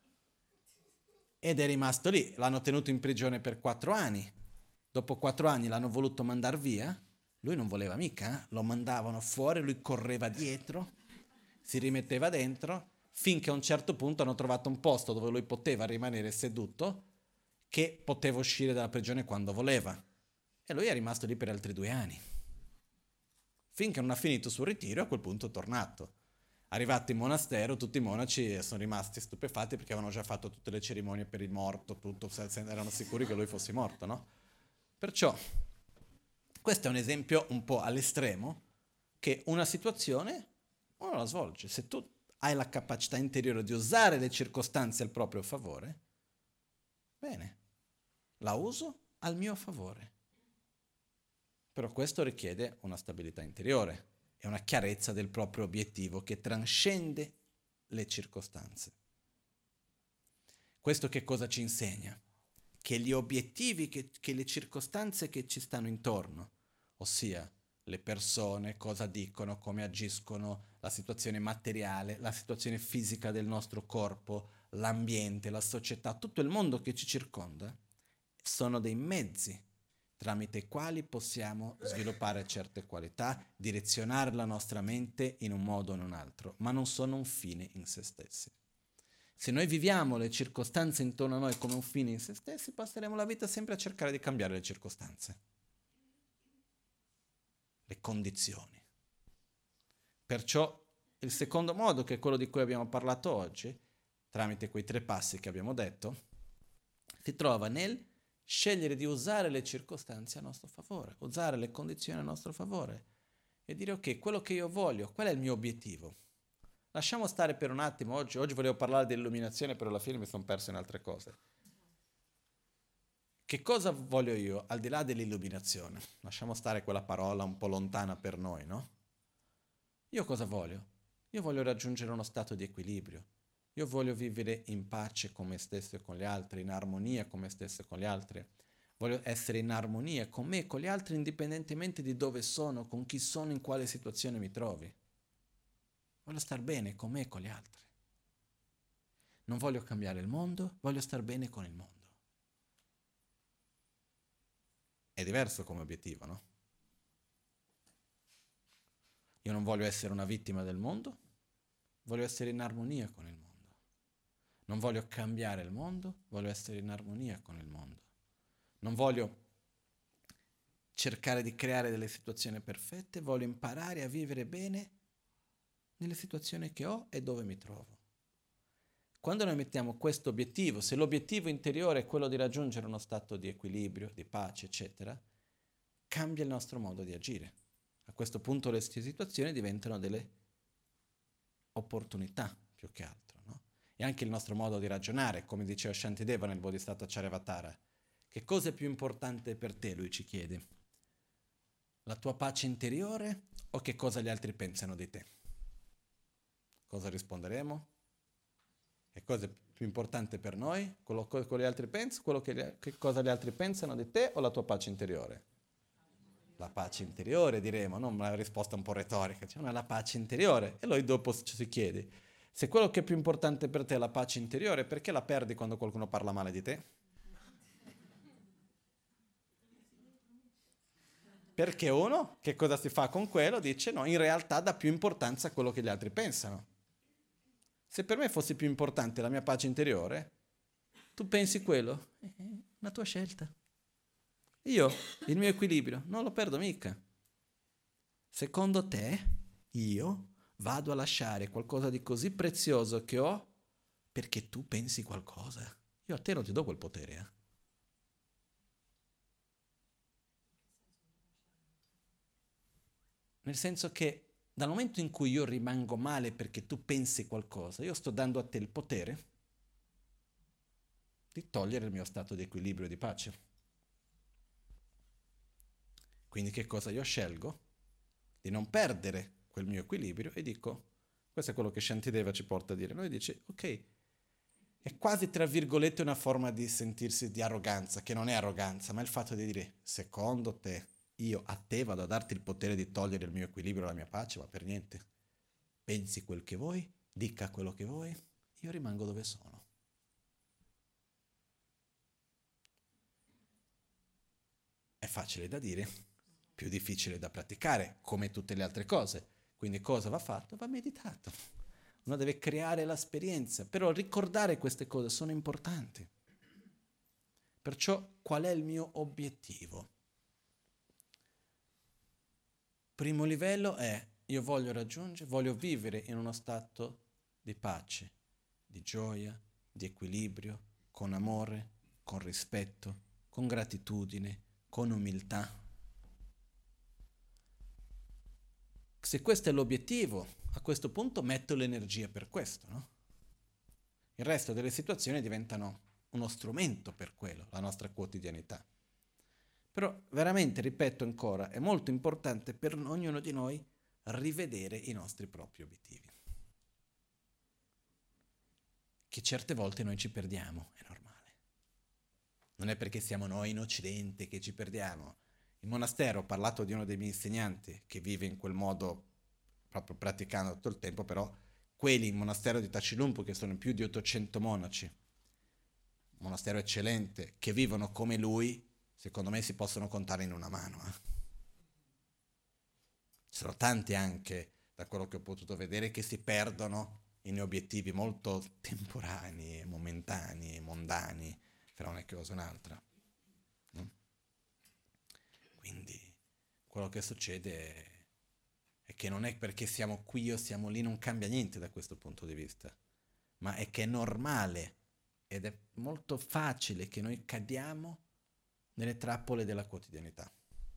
Ed è rimasto lì, l'hanno tenuto in prigione per 4 anni. Dopo 4 anni l'hanno voluto mandare via, lui non voleva mica, lo mandavano fuori, lui correva dietro, si rimetteva dentro, finché a un certo punto hanno trovato un posto dove lui poteva rimanere seduto, che poteva uscire dalla prigione quando voleva. E lui è rimasto lì per altri 2 anni. Finché non ha finito il suo ritiro, a quel punto è tornato. Arrivato in monastero, tutti i monaci sono rimasti stupefatti perché avevano già fatto tutte le cerimonie per il morto, tutto, erano sicuri che lui fosse morto, no? Perciò, questo è un esempio un po' all'estremo, che una situazione uno la svolge. Se tu hai la capacità interiore di usare le circostanze al proprio favore, bene, la uso al mio favore. Però questo richiede una stabilità interiore e una chiarezza del proprio obiettivo che trascende le circostanze. Questo che cosa ci insegna? che gli obiettivi, che le circostanze che ci stanno intorno, ossia le persone, cosa dicono, come agiscono, la situazione materiale, la situazione fisica del nostro corpo, l'ambiente, la società, tutto il mondo che ci circonda, sono dei mezzi tramite i quali possiamo sviluppare certe qualità, direzionare la nostra mente in un modo o in un altro, ma non sono un fine in se stessi. Se noi viviamo le circostanze intorno a noi come un fine in se stessi, passeremo la vita sempre a cercare di cambiare le circostanze, le condizioni. Perciò il secondo modo, che è quello di cui abbiamo parlato oggi, tramite quei 3 passi che abbiamo detto, si trova nel scegliere di usare le circostanze a nostro favore, usare le condizioni a nostro favore e dire ok, quello che io voglio, qual è il mio obiettivo? Lasciamo stare per un attimo, oggi volevo parlare dell'illuminazione, però alla fine mi sono perso in altre cose. Che cosa voglio io, al di là dell'illuminazione? Lasciamo stare quella parola un po' lontana per noi, no? Io cosa voglio? Io voglio raggiungere uno stato di equilibrio. Io voglio vivere in pace con me stesso e con gli altri, in armonia con me stesso e con gli altri. Voglio essere in armonia con me e con gli altri indipendentemente di dove sono, con chi sono, in quale situazione mi trovi. Voglio star bene con me e con gli altri. Non voglio cambiare il mondo, voglio star bene con il mondo. È diverso come obiettivo, no? Io non voglio essere una vittima del mondo, voglio essere in armonia con il mondo. Non voglio cambiare il mondo, voglio essere in armonia con il mondo. Non voglio cercare di creare delle situazioni perfette, voglio imparare a vivere bene nelle situazioni che ho e dove mi trovo. Quando noi mettiamo questo obiettivo, se l'obiettivo interiore è quello di raggiungere uno stato di equilibrio, di pace, eccetera, cambia il nostro modo di agire. A questo punto le situazioni diventano delle opportunità più che altro, no? E anche il nostro modo di ragionare, come diceva Shantideva nel Bodhisattva Charyavatara. Che cosa è più importante per te, lui ci chiede? La tua pace interiore o che cosa gli altri pensano di te? Cosa risponderemo? Che cosa è più importante per noi? Quello che gli altri pensano, che cosa gli altri pensano di te o la tua pace interiore? La pace interiore, diremo, non una risposta un po' retorica, cioè la pace interiore. E lui dopo ci si chiede, se quello che è più importante per te è la pace interiore, perché la perdi quando qualcuno parla male di te? Perché uno, che cosa si fa con quello? Dice no, in realtà dà più importanza a quello che gli altri pensano. Se per me fosse più importante la mia pace interiore, tu pensi quello? È una tua scelta. Io, il mio equilibrio, non lo perdo mica. Secondo te, io vado a lasciare qualcosa di così prezioso che ho perché tu pensi qualcosa? Io a te non ti do quel potere, eh? Nel senso che dal momento in cui io rimango male perché tu pensi qualcosa, io sto dando a te il potere di togliere il mio stato di equilibrio e di pace. Quindi che cosa io scelgo? Di non perdere quel mio equilibrio e dico, questo è quello che Shantideva ci porta a dire. Lui dice, ok, è quasi tra virgolette una forma di sentirsi di arroganza, che non è arroganza, ma è il fatto di dire, secondo te, io a te vado a darti il potere di togliere il mio equilibrio e la mia pace, ma per niente. Pensi quel che vuoi, dica quello che vuoi, io rimango dove sono. È facile da dire, più difficile da praticare, come tutte le altre cose. Quindi cosa va fatto? Va meditato. Uno deve creare l'esperienza, però ricordare queste cose sono importanti. Perciò qual è il mio obiettivo? Primo livello è io voglio vivere in uno stato di pace, di gioia, di equilibrio, con amore, con rispetto, con gratitudine, con umiltà. Se questo è l'obiettivo, a questo punto metto l'energia per questo, no? Il resto delle situazioni diventano uno strumento per quello, la nostra quotidianità. Però veramente, ripeto ancora, è molto importante per ognuno di noi rivedere i nostri propri obiettivi. Che certe volte noi ci perdiamo, è normale. Non è perché siamo noi in Occidente che ci perdiamo. In monastero ho parlato di uno dei miei insegnanti che vive in quel modo, proprio praticando tutto il tempo, però quelli in monastero di Tacilumpo, che sono più di 800 monaci, monastero eccellente, che vivono come lui, secondo me si possono contare in una mano. Ci sono tanti anche, da quello che ho potuto vedere, che si perdono in obiettivi molto temporanei, momentanei, mondani, fra una cosa e un'altra. No? Quindi quello che succede è che non è perché siamo qui o siamo lì, non cambia niente da questo punto di vista, ma è che è normale ed è molto facile che noi cadiamo nelle trappole della quotidianità.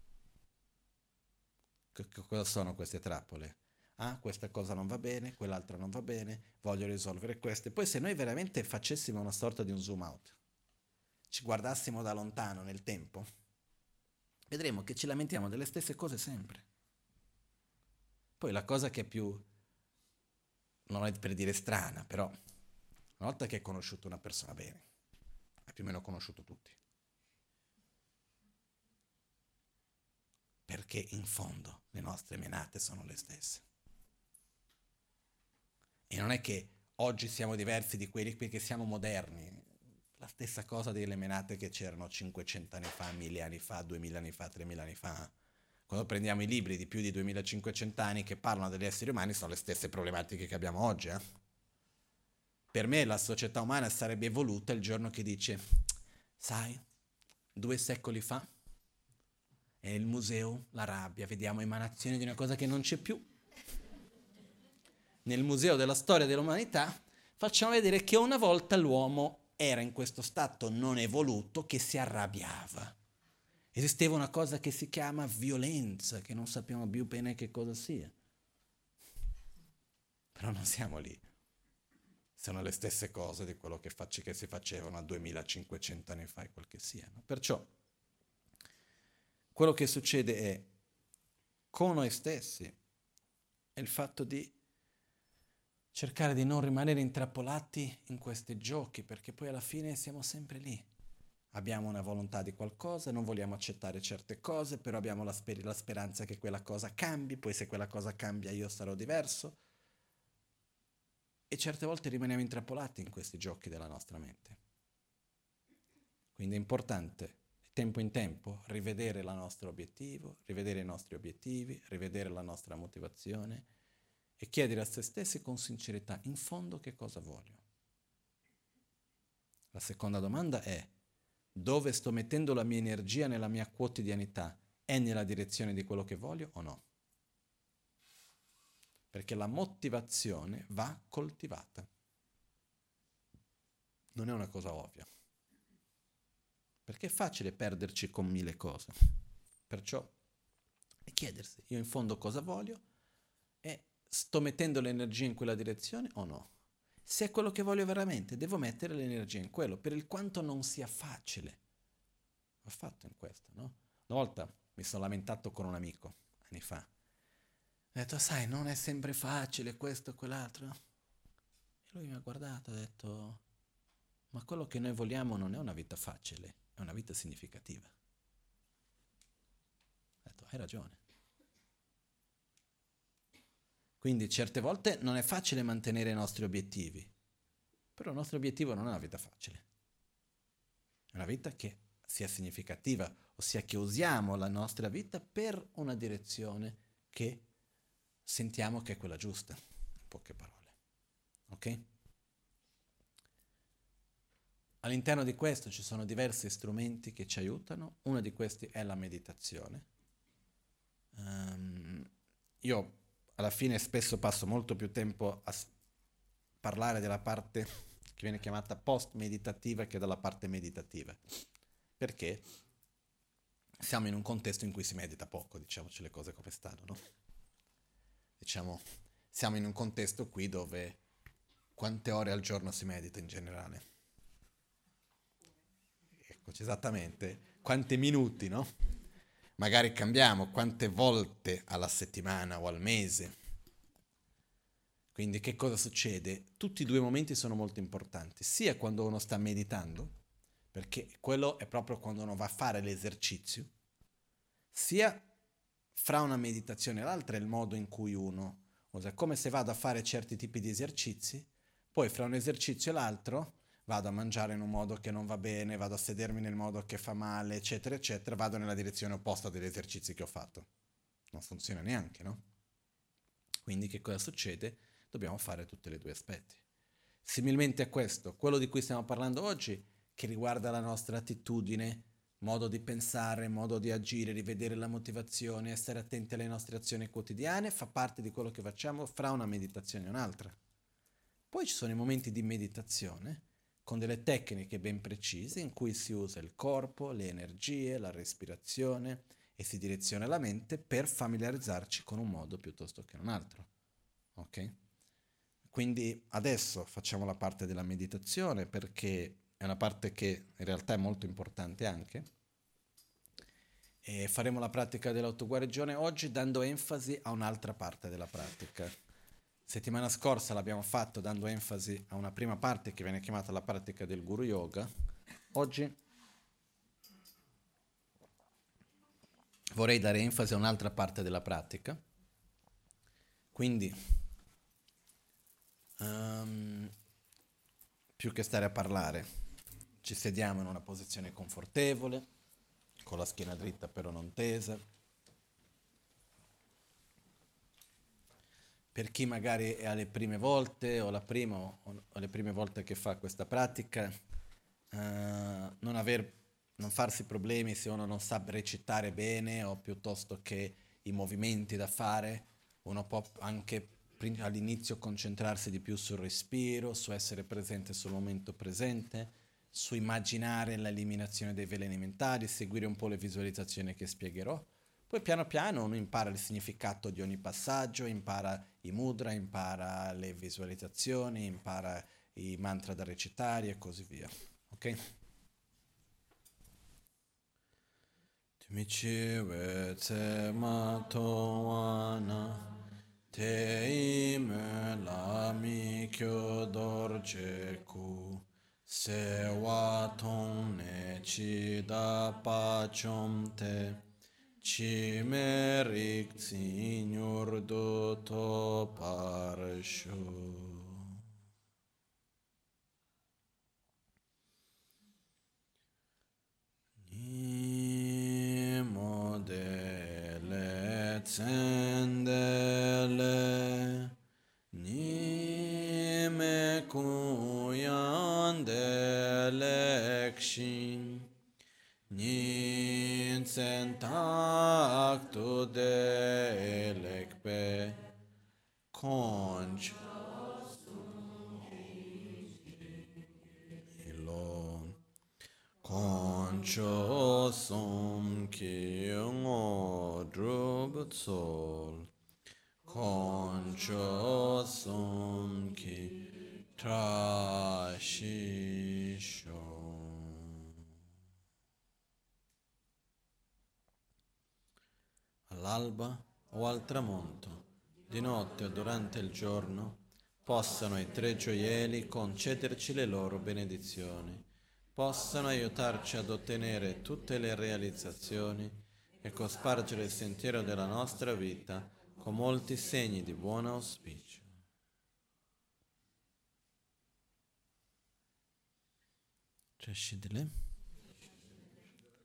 Cosa sono queste trappole? Ah, questa cosa non va bene, quell'altra non va bene, voglio risolvere queste. Poi se noi veramente facessimo una sorta di un zoom out, ci guardassimo da lontano nel tempo, vedremo che ci lamentiamo delle stesse cose sempre. Poi la cosa che è più, non è per dire strana, però una volta che hai conosciuto una persona bene, hai più o meno conosciuto tutti. Perché in fondo le nostre menate sono le stesse. E non è che oggi siamo diversi di quelli perché siamo moderni. La stessa cosa delle menate che c'erano 500 anni fa, 1000 anni fa, 2000 anni fa, 3000 anni fa. Quando prendiamo i libri di più di 2500 anni che parlano degli esseri umani sono le stesse problematiche che abbiamo oggi. Per me la società umana sarebbe evoluta il giorno che dice, sai, 2 secoli fa è nel museo la rabbia, vediamo emanazioni di una cosa che non c'è più. Nel museo della storia dell'umanità facciamo vedere che una volta l'uomo era in questo stato non evoluto che si arrabbiava. Esisteva una cosa che si chiama violenza, che non sappiamo più bene che cosa sia. Però non siamo lì. Sono le stesse cose di quello che si facevano a 2500 anni fa e quel che sia. No? Perciò quello che succede è con noi stessi è il fatto di cercare di non rimanere intrappolati in questi giochi, perché poi alla fine siamo sempre lì. Abbiamo una volontà di qualcosa, non vogliamo accettare certe cose, però abbiamo la speranza che quella cosa cambi, poi se quella cosa cambia io sarò diverso. E certe volte rimaniamo intrappolati in questi giochi della nostra mente. Quindi è importante, tempo in tempo, rivedere il nostro obiettivo, rivedere i nostri obiettivi, rivedere la nostra motivazione e chiedere a se stessi con sincerità, in fondo che cosa voglio? La seconda domanda è, dove sto mettendo la mia energia nella mia quotidianità? È nella direzione di quello che voglio o no? Perché la motivazione va coltivata. Non è una cosa ovvia. Perché è facile perderci con 1000 cose. Perciò è chiedersi, io in fondo cosa voglio? E sto mettendo l'energia in quella direzione o no? Se è quello che voglio veramente, devo mettere l'energia in quello, per il quanto non sia facile. Ho fatto in questo, no? Una volta mi sono lamentato con un amico, anni fa. Ho detto, sai, non è sempre facile questo e quell'altro. E lui mi ha guardato e ha detto, ma quello che noi vogliamo non è una vita facile, è una vita significativa. Ho detto, hai ragione. Quindi certe volte non è facile mantenere i nostri obiettivi, però il nostro obiettivo non è una vita facile. È una vita che sia significativa, ossia che usiamo la nostra vita per una direzione che sentiamo che è quella giusta, in poche parole. Ok? All'interno di questo ci sono diversi strumenti che ci aiutano, uno di questi è la meditazione. Io alla fine spesso passo molto più tempo a parlare della parte che viene chiamata post-meditativa che della parte meditativa. Perché siamo in un contesto in cui si medita poco, diciamoci le cose come stanno, no? Diciamo, siamo in un contesto qui dove quante ore al giorno si medita in generale? Eccoci, esattamente, quanti minuti, no? Magari cambiamo quante volte alla settimana o al mese. Quindi che cosa succede? Tutti e due momenti sono molto importanti, sia quando uno sta meditando, perché quello è proprio quando uno va a fare l'esercizio, sia fra una meditazione e l'altra è il modo in cui uno usa. È come se vado a fare certi tipi di esercizi, poi fra un esercizio e l'altro vado a mangiare in un modo che non va bene, vado a sedermi nel modo che fa male, eccetera, eccetera, vado nella direzione opposta degli esercizi che ho fatto. Non funziona neanche, no? Quindi che cosa succede? Dobbiamo fare tutti e due aspetti. Similmente a questo, quello di cui stiamo parlando oggi, che riguarda la nostra attitudine, modo di pensare, modo di agire, rivedere la motivazione, essere attenti alle nostre azioni quotidiane, fa parte di quello che facciamo fra una meditazione e un'altra. Poi ci sono i momenti di meditazione con delle tecniche ben precise in cui si usa il corpo, le energie, la respirazione e si direziona la mente per familiarizzarci con un modo piuttosto che un altro. Ok? Quindi adesso facciamo la parte della meditazione perché è una parte che in realtà è molto importante anche. E faremo la pratica dell'autoguarigione oggi dando enfasi a un'altra parte della pratica. Settimana scorsa l'abbiamo fatto dando enfasi a una prima parte che viene chiamata la pratica del Guru Yoga. Oggi vorrei dare enfasi a un'altra parte della pratica. Quindi, più che stare a parlare, ci sediamo in una posizione confortevole, con la schiena dritta però non tesa. Per chi magari è alle prime volte o la prima o le prime volte che fa questa pratica, non farsi problemi se uno non sa recitare bene o piuttosto che i movimenti da fare, uno può anche all'inizio concentrarsi di più sul respiro, su essere presente sul momento presente, su immaginare l'eliminazione dei veleni mentali, seguire un po' le visualizzazioni che spiegherò. Poi piano piano uno impara il significato di ogni passaggio, impara i mudra, impara le visualizzazioni, impara i mantra da recitare e così via. Ok? Michiwe tse ma towana te ime la mi kyo dorje ku se wa tong ne chi da pa chom te chi me rik tsi nyur do to par shu. Modele tsendele nime kuyandele kshin nitsen tak tu delekpe konch ilon Concho som ki ngo drub tsol. Concho som ki trashisho. All'alba o al tramonto, di notte o durante il giorno, possano i tre gioielli concederci le loro benedizioni, possano aiutarci ad ottenere tutte le realizzazioni e cospargere il sentiero della nostra vita con molti segni di buon auspicio. Crescidile.